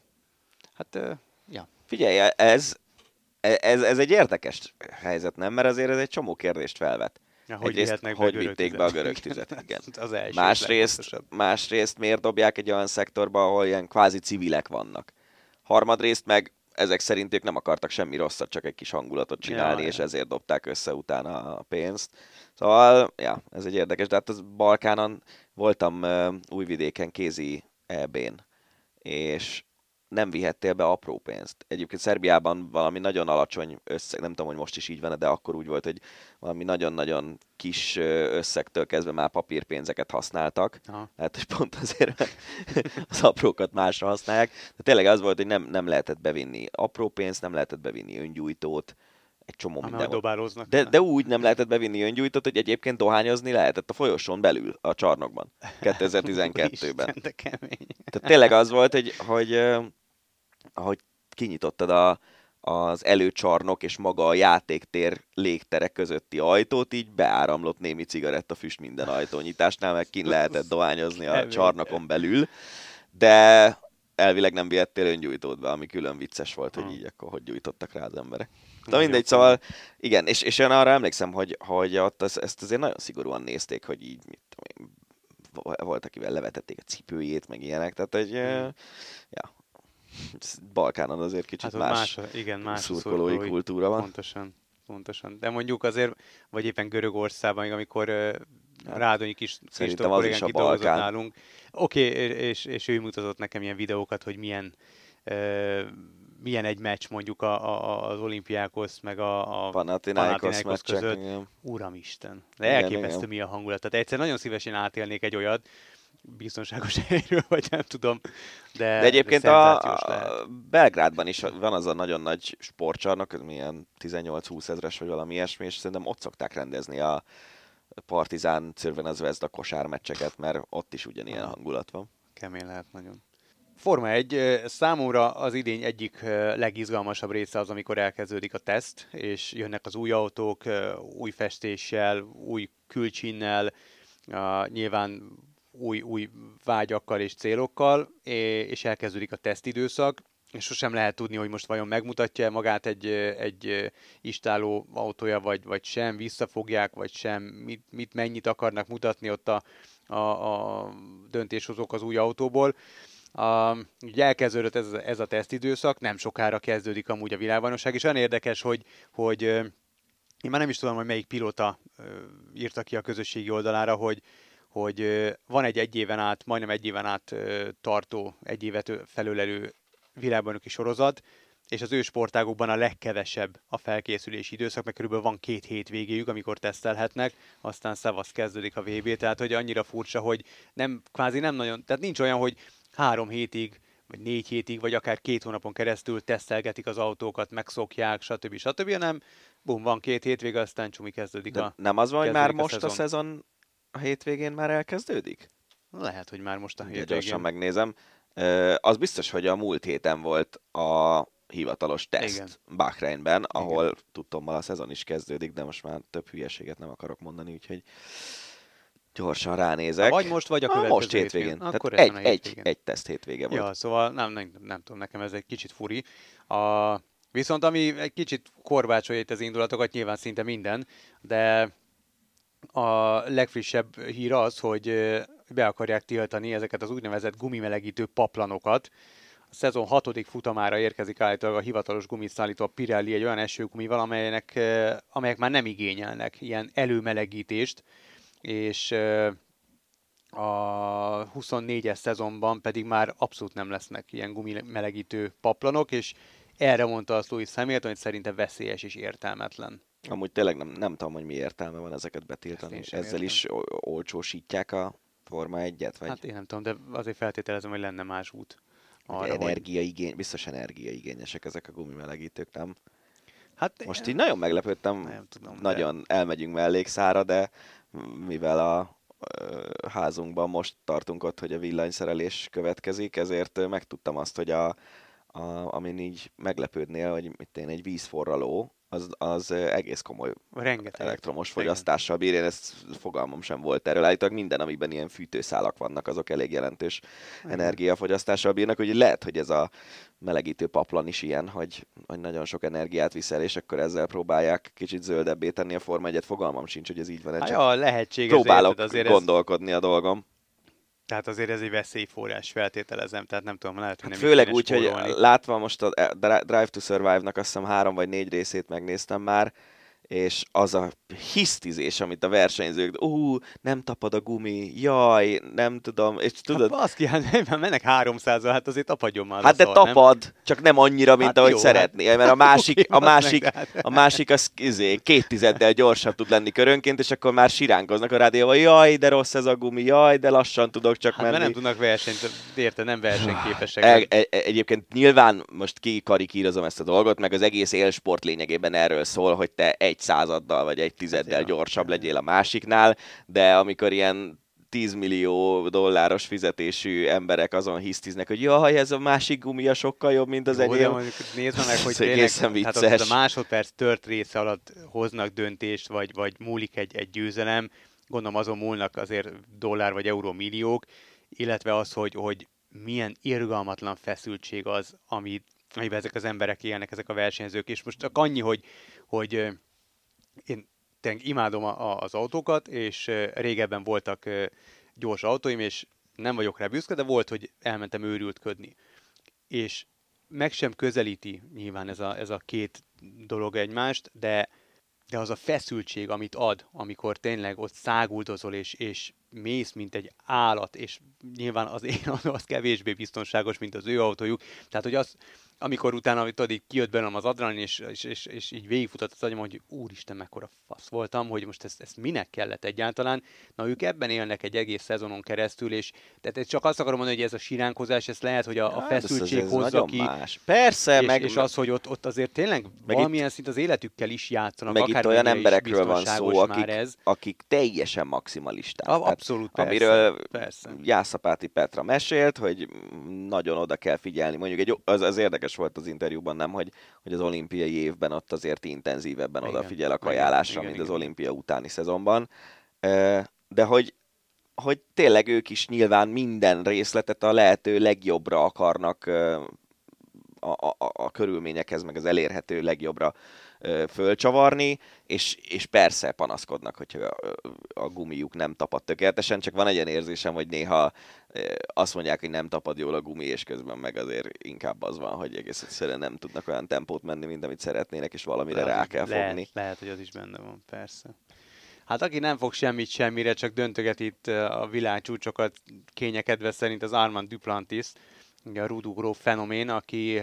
ja. Figyelj, ez egy érdekes helyzet, nem? Mert azért ez egy csomó kérdést felvet. Ja, hogy vitték be a görög tüzet? Igen. Az első Másrészt miért dobják egy olyan szektorba, ahol ilyen kvázi civilek vannak? Harmadrészt meg ezek szerint ők nem akartak semmi rosszat, csak egy kis hangulatot csinálni, és ezért dobták össze utána a pénzt. Szóval, ja, ez egy érdekes, de hát az Balkánon voltam Újvidéken kézi EB-n, és nem vihettél be apró pénzt. Egyébként Szerbiában valami nagyon alacsony összeg, nem tudom, hogy most is így van, de akkor úgy volt, hogy valami nagyon-nagyon kis összegtől kezdve már papírpénzeket használtak. Aha. Lehet, hogy pont azért, mert az aprókat másra használják. De tényleg az volt, hogy nem lehetett bevinni apró pénzt, nem lehetett bevinni öngyújtót, egy csomó minden volt. De úgy nem lehetett bevinni öngyújtót, hogy egyébként dohányozni lehetett a folyosón belül, a csarnokban, 2012-ben. De kemény. Tehát tényleg az volt, hogy ahogy kinyitottad az előcsarnok és maga a játéktér légtere közötti ajtót, így beáramlott némi cigarettafüst minden ajtónyitásnál, meg kint lehetett dohányozni a csarnokon belül, de elvileg nem vihettél öngyújtót be, ami külön vicces volt, hogy így akkor hogy gyújtottak rá az emberek. De mindegy, szóval igen, és én arra emlékszem, hogy ott ezt azért nagyon szigorúan nézték, hogy így, mit tudom én, volt, akivel levetették a cipőjét, meg ilyenek, tehát hogy ja, Balkánon azért kicsit más szurkolói kultúra van. Pontosan. De mondjuk azért, vagy éppen Görögországban, amikor Rádonyi kis kollégánk kidolgozott nálunk. Oké, és ő mutatott nekem ilyen videókat, hogy milyen egy meccs mondjuk az Olimpiákos meg a Panathinaikos között. Igen. Uramisten. De elképesztő mi a hangulat. Tehát egyszer nagyon szívesen átélnék egy olyat, biztonságos helyről, vagy nem tudom. De egyébként a Belgrádban is van az a nagyon nagy sportcsarnok, milyen 18-20 ezres, vagy valami ilyesmi, és szerintem ott szokták rendezni a Partizán Crvena Zvezda kosármeccseket, mert ott is ugyanilyen hangulat van. Kemény lehet nagyon. Forma 1 számomra az idény egyik legizgalmasabb része az, amikor elkezdődik a teszt, és jönnek az új autók, új festéssel, új külcsinnel, nyilván új vágyakkal és célokkal, és elkezdődik a tesztidőszak. és sosem lehet tudni, hogy most vajon megmutatja magát egy istáló autója, vagy sem, visszafogják, vagy sem, mennyit akarnak mutatni ott a döntéshozók az új autóból. Ugye elkezdődött ez a tesztidőszak, nem sokára kezdődik amúgy a világbajnokság, és olyan érdekes, hogy én már nem is tudom, hogy melyik pilóta írta ki a közösségi oldalára, hogy van egy éven át, majdnem egy éven át tartó, egy évet felölelő világbajnoki sorozat, és az ő sportágokban a legkevesebb a felkészülési időszak, mert körülbelül van 2 hétvégéjük, amikor tesztelhetnek, aztán szavasz kezdődik a VB, tehát hogy annyira furcsa, hogy kvázi nem nagyon, tehát nincs olyan, hogy 3 hétig, vagy 4 hétig, vagy akár 2 hónapon keresztül tesztelgetik az autókat, megszokják, stb. Hanem bum, van 2 hétvége, aztán csumi kezdődik De nem az van, hogy már most a szezon. szezon a hétvégén már elkezdődik? Lehet, hogy már most a Ugye hétvégén. gyorsan megnézem. Az biztos, hogy a múlt héten volt a hivatalos teszt Igen. Bahreinben, ahol tudtommal a szezon is kezdődik, de most már több hülyeséget nem akarok mondani, úgyhogy gyorsan ránézek. Vagy most, vagy a következő most hétvégén. Akkor Tehát egy teszt hétvége volt. Ja, szóval nem tudom, nekem ez egy kicsit furi. Viszont ami egy kicsit korbácsolja itt az indulatokat, nyilván szinte minden, de a legfrissebb hír az, hogy be akarják tiltani ezeket az úgynevezett gumimelegítő paplanokat. A szezon 6. futamára érkezik állítólag a hivatalos gumiszállító a Pirelli egy olyan esőgumival, amelyek már nem igényelnek ilyen előmelegítést, és a 24-es szezonban pedig már abszolút nem lesznek ilyen gumimelegítő paplanok, és erre mondta azt Lewis Hamilton, hogy szerintem veszélyes és értelmetlen. Amúgy tényleg nem tudom, hogy mi értelme van ezeket betiltani. Ezzel is olcsósítják a Forma 1-et? Vagy? Hát én nem tudom, de azért feltételezem, hogy lenne más út. Arra, biztos energiaigényesek ezek a gumimelegítők, nem? Hát most így nagyon meglepődtem, nem tudom, nagyon elmegyünk mellékszára, de mivel a házunkban most tartunk ott, hogy a villanyszerelés következik, ezért megtudtam azt, hogy amin így meglepődnél, hogy egy vízforraló, az egész komoly rengeteg elektromos fogyasztással bír. Én ezt fogalmam sem volt erről. Állítólag minden, amiben ilyen fűtőszálak vannak, azok elég jelentős energiafogyasztással bírnak. Úgyhogy lehet, hogy ez a melegítő paplan is ilyen, hogy nagyon sok energiát viszel, és akkor ezzel próbálják kicsit zöldebbé tenni a Forma 1-et. Fogalmam sincs, hogy ez így van. Ja, lehetséges. Próbálok azért gondolkodni a dolgom. Tehát azért ez egy veszélyforrás, feltételezem, tehát nem tudom, lehet, hogy nem főleg úgy, hogy látva most a Drive to Survive-nak azt hiszem 3 vagy 4 részét megnéztem már, és az a hisztizés, amit a versenyzők, nem tapad a gumi, jaj, nem tudom, és tudod... Hát baszki, hát mennek 300-al, hát azért tapadjon már. Hát de tapad, nem? Csak nem annyira, mint ahogy szeretnél, mert a másik az 2/10 gyorsabb tud lenni körönként, és akkor már siránkoznak a rádióval, jaj, de rossz ez a gumi, jaj, de lassan tudok csak menni. Hát nem tudnak versenyt, érte, nem versenyképesek. Egyébként nyilván most kikarikírozom ezt a dolgot, meg az egész élsport lényegében erről szól, hogy te 1/100-addal vagy 1/10 gyorsabb legyél a másiknál, de amikor ilyen 10 millió dolláros fizetésű emberek azon hisztiznek, hogy jaj, ez a másik gumia sokkal jobb, mint az enyém. Nézd meg, hogy tényleg, hát a másodperc tört része alatt hoznak döntést, vagy múlik egy győzelem, gondolom azon múlnak azért dollár vagy euró milliók, illetve az, hogy milyen irgalmatlan feszültség az, amiben ezek az emberek élnek, ezek a versenyzők, és most csak annyi, hogy én tényleg imádom az autókat, és régebben voltak gyors autóim, és nem vagyok rá büszke, de volt, hogy elmentem őrültködni. És meg sem közelíti nyilván ez a két dolog egymást, de az a feszültség, amit ad, amikor tényleg ott száguldozol, és mész, mint egy állat, és nyilván az én autó az kevésbé biztonságos, mint az ő autójuk. Tehát, hogy az, amikor utána így kijött belőlem az adrenalin, és így végigfutott az agyam, hogy úristen, mekkora fasz voltam, hogy most ezt minek kellett egyáltalán. Na, ők ebben élnek egy egész szezonon keresztül, és tehát csak azt akarom mondani, hogy ez a siránkozás, ez lehet, hogy a feszültség hozza ki. Más. Persze, és az, hogy ott azért tényleg valamilyen szint az életükkel is játszanak. Meg itt olyan emberekről van szó, akik teljesen maximalisták. Abszolút, persze. Amiről Jászapáti Petra mesélt, hogy nagyon oda kell figyelni. Mondjuk az érdekes volt az interjúban, nem, hogy az olimpiai évben ott azért intenzívebben odafigyel a kajálásra, mint az olimpia utáni szezonban. De hogy tényleg ők is nyilván minden részletet a lehető legjobbra akarnak a körülményekhez, meg az elérhető legjobbra fölcsavarni, és persze panaszkodnak, hogyha a gumijuk nem tapad tökéletesen, csak van egy ilyen érzésem, hogy néha azt mondják, hogy nem tapad jól a gumi, és közben meg azért inkább az van, hogy egész egyszerűen nem tudnak olyan tempót menni, mint amit szeretnének, és valamire rá kell fogni. Lehet, hogy az is benne van, persze. Hát aki nem fog semmit semmire, csak döntöget itt a világcsúcsokat kényekedve szerint az Armand Duplantis, a rudugró fenomén, aki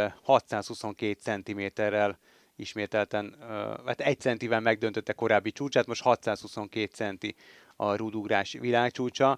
622 cm-rel ismételten, hát 1 centivel megdöntötte korábbi csúcsát, most 622 centi a rudugrás világcsúcsa.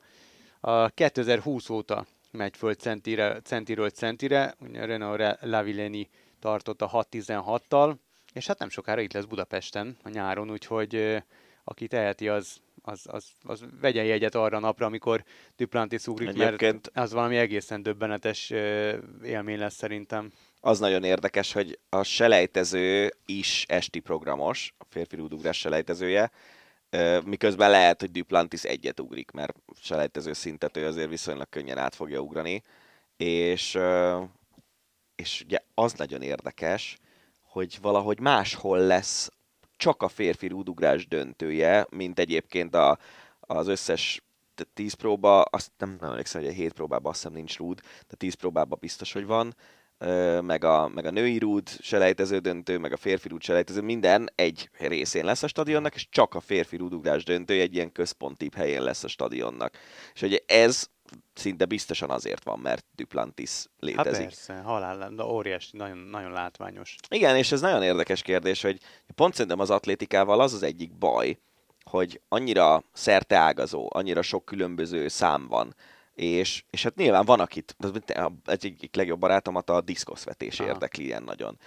2020 óta megy föl centiről centire, Renaud Lavillenie tartotta 6.16-tal, és hát nem sokára itt lesz Budapesten a nyáron, úgyhogy aki teheti, az vegyen jegyet arra a napra, amikor Duplantis ugrik, mert az valami egészen döbbenetes élmény lesz szerintem. Az nagyon érdekes, hogy a selejtező is esti programos, a férfi rúdugrás selejtezője, miközben lehet, hogy Duplantis egyet ugrik, mert selejtező szintet ő azért viszonylag könnyen át fogja ugrani, és ugye az nagyon érdekes, hogy valahogy máshol lesz csak a férfi rúdugrás döntője, mint egyébként az összes 10 próba, azt nem emlékszem, hogy a 7 próbában azt hiszem nincs rúd, de 10 próbában biztos, hogy van, meg a női rúd selejtező döntő, meg a férfi rúd selejtező, minden egy részén lesz a stadionnak, és csak a férfi rúdugrás döntő egy ilyen központibb helyén lesz a stadionnak. És ugye ez szinte biztosan azért van, mert Duplantis létezik. Hát persze, halál, de óriási, nagyon, nagyon látványos. Igen, és ez nagyon érdekes kérdés, hogy pont szerintem az atlétikával az egyik baj, hogy annyira szerteágazó, annyira sok különböző szám van, és hát nyilván van, akit, egyik legjobb barátomat a diszkoszvetés érdekli ilyen nagyon.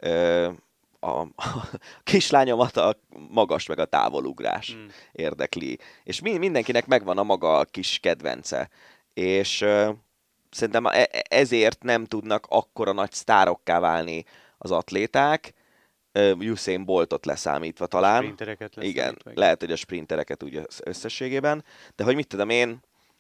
A kislányomat a magas meg a távolugrás érdekli. És mindenkinek megvan a maga kis kedvence. És szerintem ezért nem tudnak akkora nagy sztárokká válni az atléták, Usain Boltot leszámítva talán. Sprintereket igen, lehet, hogy a sprintereket úgy összességében. De hogy mit tudom én,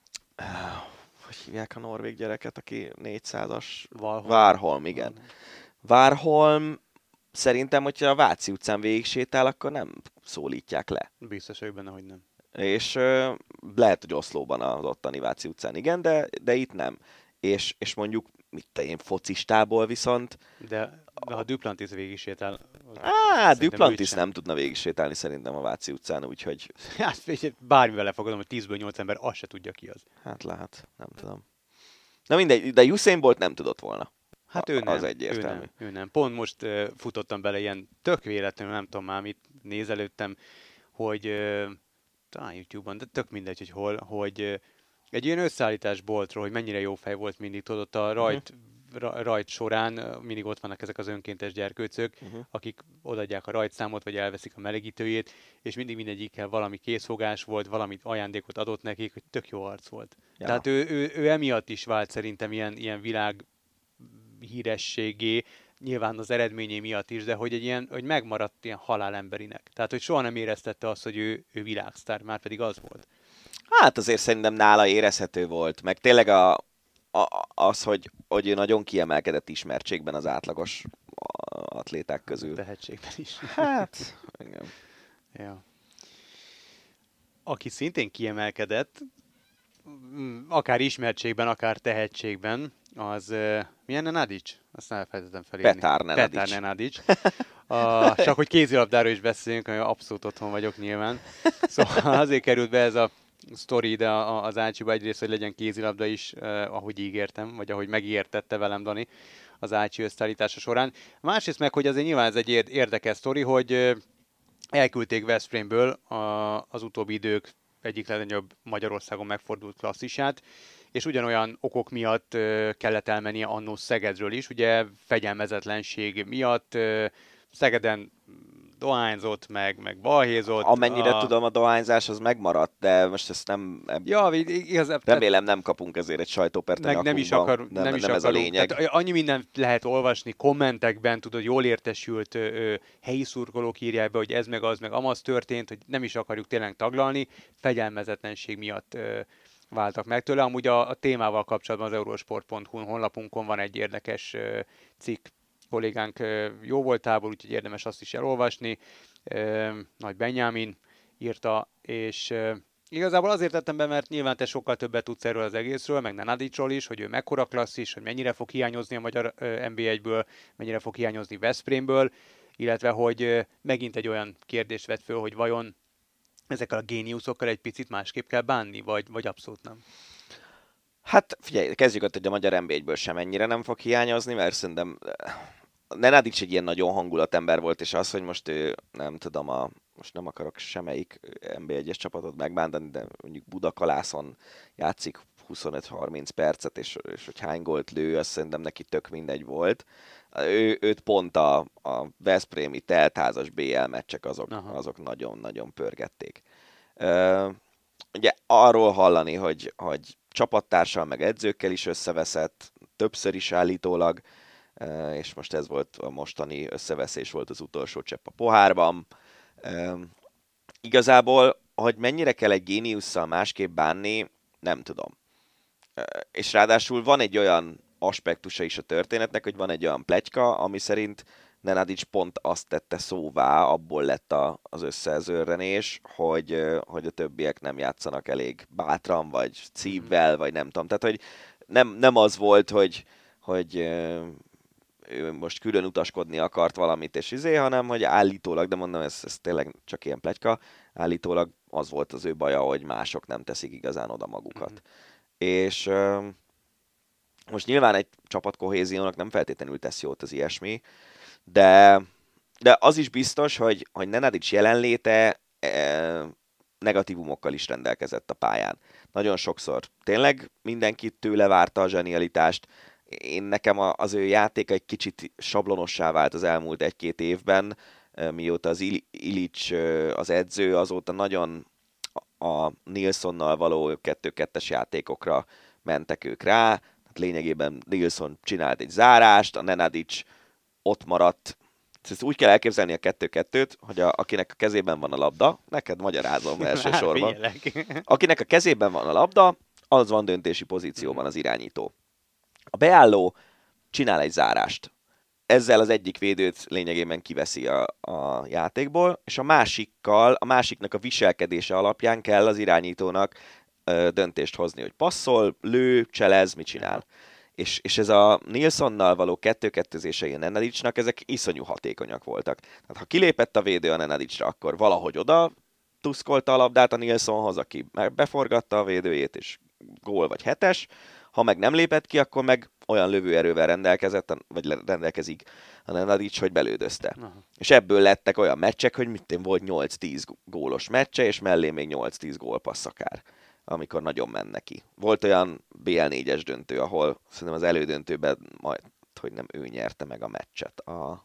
hogy hívják a norvég gyereket, aki 400-as? Warholm, igen. Warholm szerintem, hogyha a Váci utcán végig sétál, akkor nem szólítják le. Biztos vagyok benne, hogy nem. És lehet, hogy Oszlóban az ottani Váci utcán igen, de itt nem. És mondjuk, én focistából viszont... De ha Duplantis végig sétál... Duplantis nem tudna végig sétálni szerintem a Váci utcán, úgyhogy... Hát bármivel lefogadom, hogy 10-ből 8 ember azt se tudja ki az. Hát lehet, nem tudom. Na mindegy, de Usain Bolt nem tudott volna. Hát ő nem, az egyértelmű. Ő nem. Pont most futottam bele ilyen tök véletlenül, nem tudom már mit nézelődtem, hogy talán YouTube-on, de tök mindegy, hogy hol, hogy egy ilyen összeállítás Boltról, hogy mennyire jó fej volt mindig, tudod, a rajt során mindig ott vannak ezek az önkéntes gyerkőcök, akik odaadják a rajtszámot, vagy elveszik a melegítőjét, és mindig mindegyikkel valami készfogás volt, valamit ajándékot adott nekik, hogy tök jó arc volt. Ja. Tehát ő emiatt is vált szerintem ilyen világ hírességé, nyilván az eredményé miatt is, de hogy megmaradt ilyen halálemberinek. Tehát, hogy soha nem éreztette azt, hogy ő világsztár, már pedig az volt. Hát azért szerintem nála érezhető volt, meg tényleg az, hogy ő nagyon kiemelkedett ismertségben az átlagos atléták közül. Tehetségben is. Hát, igen. Ja. Aki szintén kiemelkedett, akár ismertségben, akár tehetségben, az milyen Nenadic? Azt elfelejtettem felírni. Petár Nenadic. Csak hogy kézilabdáról is beszéljünk, abszolút otthon vagyok nyilván. Szóval azért került be ez a sztori ide az Ácsiba, egyrészt, hogy legyen kézilabda is, ahogy ígértem, vagy ahogy megígértette velem Dani az Ácsi összeállítása során. Másrészt meg, hogy azért nyilván ez egy érdekes sztori, hogy elküldték Veszprémből az utóbbi idők egyik legnagyobb Magyarországon megfordult klasszisát, és ugyanolyan okok miatt kellett elmennie annó Szegedről is, ugye fegyelmezetlenség miatt Szegeden dohányzott, meg balhézott. Amennyire tudom, a dohányzás az megmaradt, de most ezt nem... remélem nem kapunk ezért egy sajtópert a nyakunkban. Nem ez a lényeg. Tehát annyi mindent lehet olvasni kommentekben, tudod, jól értesült helyi szurkolók írják be, hogy ez meg az, meg amaz történt, hogy nem is akarjuk tényleg taglalni, fegyelmezetlenség miatt váltak meg tőle. Amúgy a témával kapcsolatban az eurosport.hu honlapunkon van egy érdekes cikk, kollégánk jó voltából, úgyhogy érdemes azt is elolvasni. Nagy Benyámin írta, és igazából azért tettem be, mert nyilván te sokkal többet tudsz erről az egészről, meg Nenadicsról is, hogy ő mekkora klasszis, hogy mennyire fog hiányozni a magyar NB1-ből, mennyire fog hiányozni Veszprémből, illetve hogy megint egy olyan kérdést vett föl, hogy vajon ezekkel a géniuszokkal egy picit másképp kell bánni, vagy abszolút nem? Hát figyelj, kezdjük ott, hogy a magyar NB1-ből sem ennyire nem fog hiányozni, mert szerintem Nenadics egy ilyen nagyon hangulatember volt, és az, hogy most ő, nem tudom, most nem akarok semmelyik NB1-es csapatot megbántani, de mondjuk Budakalászon játszik 25-30 percet, és hogy hány gólt lő, azt szerintem neki tök mindegy volt. Őt pont a veszprémi teltházas BL meccsek azok nagyon-nagyon pörgették. Ugye arról hallani, hogy csapattársal meg edzőkkel is összeveszett, többször is állítólag, és most ez volt a mostani összeveszés, volt az utolsó csepp a pohárban. Igazából, hogy mennyire kell egy géniusszal másképp bánni, nem tudom. És ráadásul van egy olyan aspektusa is a történetnek, hogy van egy olyan pletyka, ami szerint Nenadics pont azt tette szóvá, abból lett az összezörrenés, hogy a többiek nem játszanak elég bátran, vagy szívvel, vagy nem tudom. Tehát, hogy nem az volt, hogy ő most külön utaskodni akart valamit, és hanem, hogy állítólag, de mondom, ez tényleg csak ilyen pletyka, állítólag az volt az ő baja, hogy mások nem teszik igazán oda magukat. És most nyilván egy csapatkohéziónak nem feltétlenül tesz jót az ilyesmi, de az is biztos, hogy Nenadics jelenléte negatívumokkal is rendelkezett a pályán. Nagyon sokszor tényleg mindenki tőle várta a zsenialitást. Nekem az ő játéka egy kicsit sablonossá vált az elmúlt 1-2 évben, mióta az Ilic az edző, azóta nagyon a Nilssonnal való 2-2-es játékokra mentek ők rá. Hát lényegében Nilsson csinált egy zárást, a Nenadics ott maradt. Ezt úgy kell elképzelni a 2-2-t, hogy akinek a kezében van a labda, neked magyarázom elsősorban. Akinek a kezében van a labda, az van döntési pozícióban az irányító. A beálló csinál egy zárást. Ezzel az egyik védőt lényegében kiveszi a játékból, és a másiknak a viselkedése alapján kell az irányítónak döntést hozni, hogy passzol, lő, cselez, mit csinál. És ez a Nilssonnal való 2-2-zései a Nenadicsnak, ezek iszonyú hatékonyak voltak. Tehát ha kilépett a védő a Nenadicsra, akkor valahogy oda tuszkolta a labdát a Nilssonhoz, aki beforgatta a védőjét, és gól vagy 7-es. Ha meg nem lépett ki, akkor meg olyan lövőerővel rendelkezik a Nenadics, hogy belődözte. Aha. És ebből lettek olyan meccsek, hogy volt 8-10 gólos meccse, és mellé még 8-10 gólpassz akár, amikor nagyon ment neki. Volt olyan BL4-es döntő, ahol szerintem az elődöntőben majd, hogy nem ő nyerte meg a meccset. A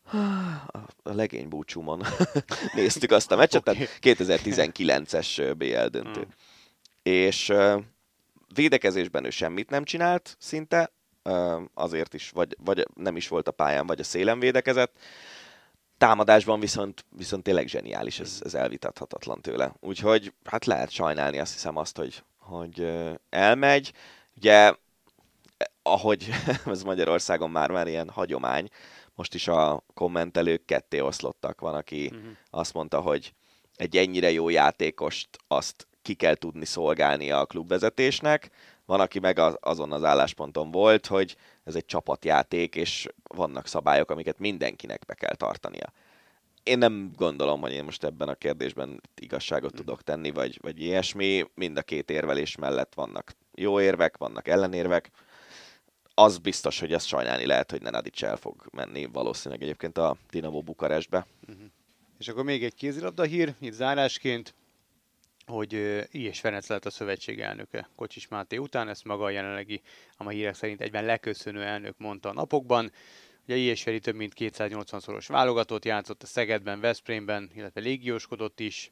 legény búcsúmon néztük azt a meccset, okay. Tehát 2019-es BL döntő. És védekezésben ő semmit nem csinált szinte, azért is, vagy nem is volt a pályán, vagy a szélen védekezett. Támadásban viszont tényleg zseniális, ez elvitathatatlan tőle. Úgyhogy hát lehet sajnálni, azt hiszem hogy elmegy. Ugye, ahogy ez Magyarországon már ilyen hagyomány, most is a kommentelők ketté oszlottak. Van, aki azt mondta, hogy egy ennyire jó játékost azt ki kell tudni szolgálnia a klubvezetésnek. Van, aki meg azon az állásponton volt, hogy ez egy csapatjáték, és vannak szabályok, amiket mindenkinek be kell tartania. Én nem gondolom, hogy én most ebben a kérdésben igazságot tudok tenni, vagy ilyesmi. Mind a két érvelés mellett vannak jó érvek, vannak ellenérvek. Az biztos, hogy ezt sajnálni lehet, hogy Nenadics el fog menni valószínűleg egyébként a Dinamo Bukarestbe. És akkor még egy kézilabda hír, itt zárásként, hogy I.S. Ferenc lett a szövetség elnöke Kocsis Máté után, ezt maga a jelenlegi, a hírek szerint egyben leköszönő elnök mondta a napokban. Ugye I.S. Feri több mint 280-szoros válogatott játszott a Szegedben, Veszprémben, illetve légióskodott is.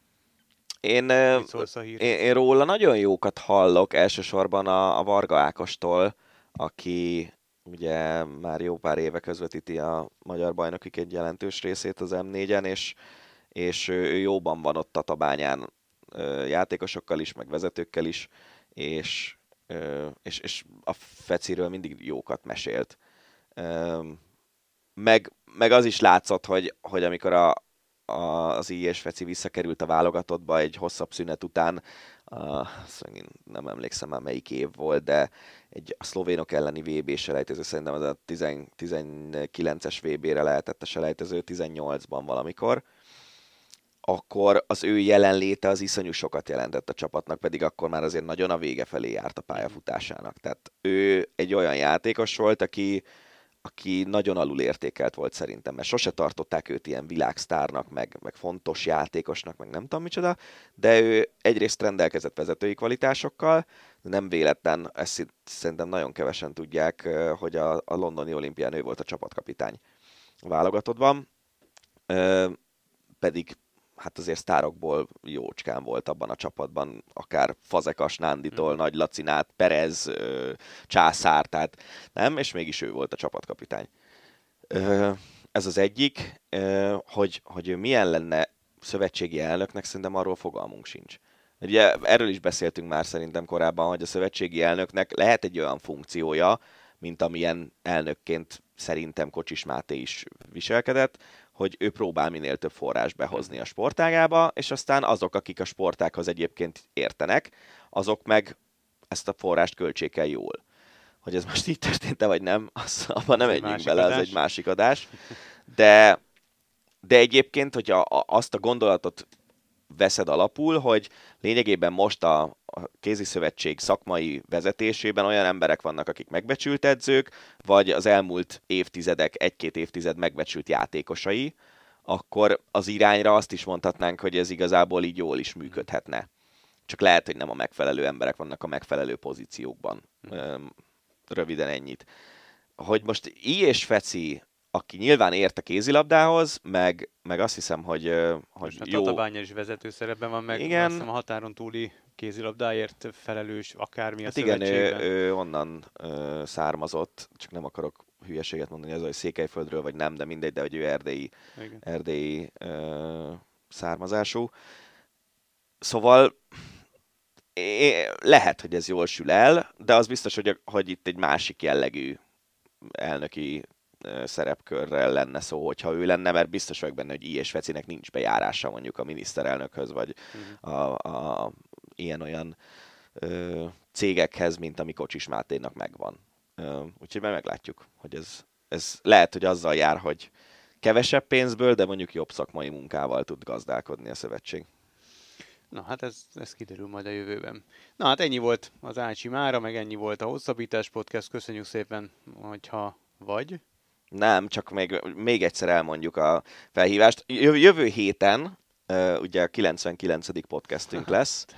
Én róla nagyon jókat hallok, elsősorban a Varga Ákostól, aki ugye már jó pár éve közvetíti a magyar bajnokik egy jelentős részét az M4-en, és ő jóban van ott a Tatabányán játékosokkal is, meg vezetőkkel is, és a Feciről mindig jókat mesélt. Meg az is látszott, hogy amikor az I és Feci visszakerült a válogatottba egy hosszabb szünet után, nem emlékszem már melyik év volt, de a szlovénok elleni VB selejtező, szerintem az a 19-es VB-re lehetett a selejtező, 18-ban valamikor, akkor az ő jelenléte az iszonyú sokat jelentett a csapatnak, pedig akkor már azért nagyon a vége felé járt a pályafutásának. Tehát ő egy olyan játékos volt, aki nagyon alul értékelt volt szerintem, mert sose tartották őt ilyen világsztárnak, meg fontos játékosnak, meg nem tudom micsoda, de ő egyrészt rendelkezett vezetői kvalitásokkal, de nem véletlen, ezt szerintem nagyon kevesen tudják, hogy a londoni olimpián ő volt a csapatkapitány a válogatottban, pedig hát azért sztárokból jócskán volt abban a csapatban, akár Fazekas Nánditól, Nagy Lacinát, Perez, Császár, tehát nem, és mégis ő volt a csapatkapitány. Ez az egyik, hogy ő milyen lenne szövetségi elnöknek, szerintem arról fogalmunk sincs. Ugye erről is beszéltünk már szerintem korábban, hogy a szövetségi elnöknek lehet egy olyan funkciója, mint amilyen elnökként szerintem Kocsis Máté is viselkedett, hogy ő próbál minél több forrás behozni a sportágába, és aztán azok, akik a sportághoz egyébként értenek, azok meg ezt a forrást költsék el jól. Hogy ez most így történt-e, vagy nem, abban nem menjünk bele, az egy másik adás. De egyébként, hogyha azt a gondolatot veszed alapul, hogy lényegében most a kéziszövetség szakmai vezetésében olyan emberek vannak, akik megbecsült edzők, vagy az elmúlt évtizedek, egy-két évtized megbecsült játékosai, akkor az irányra azt is mondhatnánk, hogy ez igazából így jól is működhetne. Csak lehet, hogy nem a megfelelő emberek vannak a megfelelő pozíciókban. Röviden ennyit. Hogy most I és Feci, aki nyilván ért a kézilabdához, meg azt hiszem, hogy jó... Tatabánya is vezető szerepben van, meg igen. Azt hiszem a határon túli kézilabdáért felelős akármi a hát igen, szövetségben. ő onnan származott, csak nem akarok hülyeséget mondani, az, hogy Székelyföldről vagy nem, de mindegy, de hogy ő erdélyi származású. Szóval lehet, hogy ez jól sül el, de az biztos, hogy itt egy másik jellegű elnöki szerepkörrel lenne szó, hogyha ő lenne, mert biztos vagyok benne, hogy I és Fecinek nincs bejárása mondjuk a miniszterelnökhöz, vagy a ilyen-olyan cégekhez, mint ami Kocsis Máténak megvan. Úgyhogy meglátjuk, hogy ez lehet, hogy azzal jár, hogy kevesebb pénzből, de mondjuk jobb szakmai munkával tud gazdálkodni a szövetség. Na hát ez kiderül majd a jövőben. Na hát ennyi volt az Ácsi mára, meg ennyi volt a Hosszabbítás Podcast. Köszönjük szépen, hogyha vagy. Nem, csak még egyszer elmondjuk a felhívást. Jövő héten, ugye a 99. podcastünk lesz.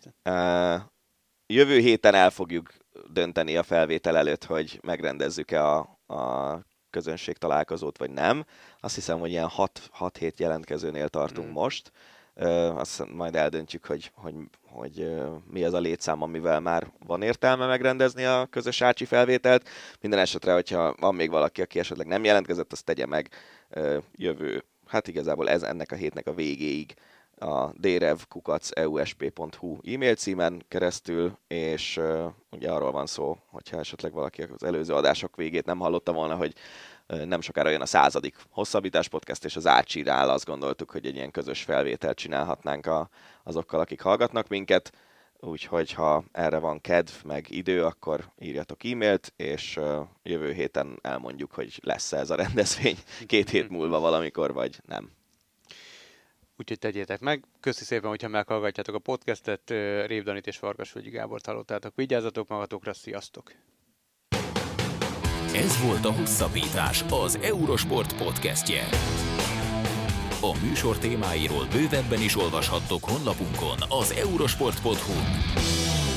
Jövő héten el fogjuk dönteni a felvétel előtt, hogy megrendezzük-e a közönség találkozót, vagy nem. Azt hiszem, hogy ilyen 6-7 jelentkezőnél tartunk most. Azt majd eldöntjük, hogy mi az a létszám, amivel már van értelme megrendezni a közös Ácsi felvételt. Minden esetre, hogyha van még valaki, aki esetleg nem jelentkezett, azt tegye meg jövő, hát igazából ennek a hétnek a végéig a drev@eusp.hu e-mail címen keresztül, és ugye arról van szó, hogyha esetleg valaki az előző adások végét nem hallotta volna, hogy nem sokára jön a 100. Hosszabbítás podcast, és az Ácsirál azt gondoltuk, hogy egy ilyen közös felvételt csinálhatnánk azokkal, akik hallgatnak minket. Úgyhogy ha erre van kedv, meg idő, akkor írjatok e-mailt, és jövő héten elmondjuk, hogy lesz-e ez a rendezvény 2 hét múlva valamikor, vagy nem. Úgyhogy tegyétek meg. Köszi szépen, hogyha meghallgatjátok a podcastet. Rév Danit és Farkasvölgyi Gábort hallottátok. Vigyázzatok magatokra, sziasztok! Ez volt a Hosszabbítás, az Eurosport podcastje. A műsor témáiról bővebben is olvashattok honlapunkon, az eurosport.hu-n.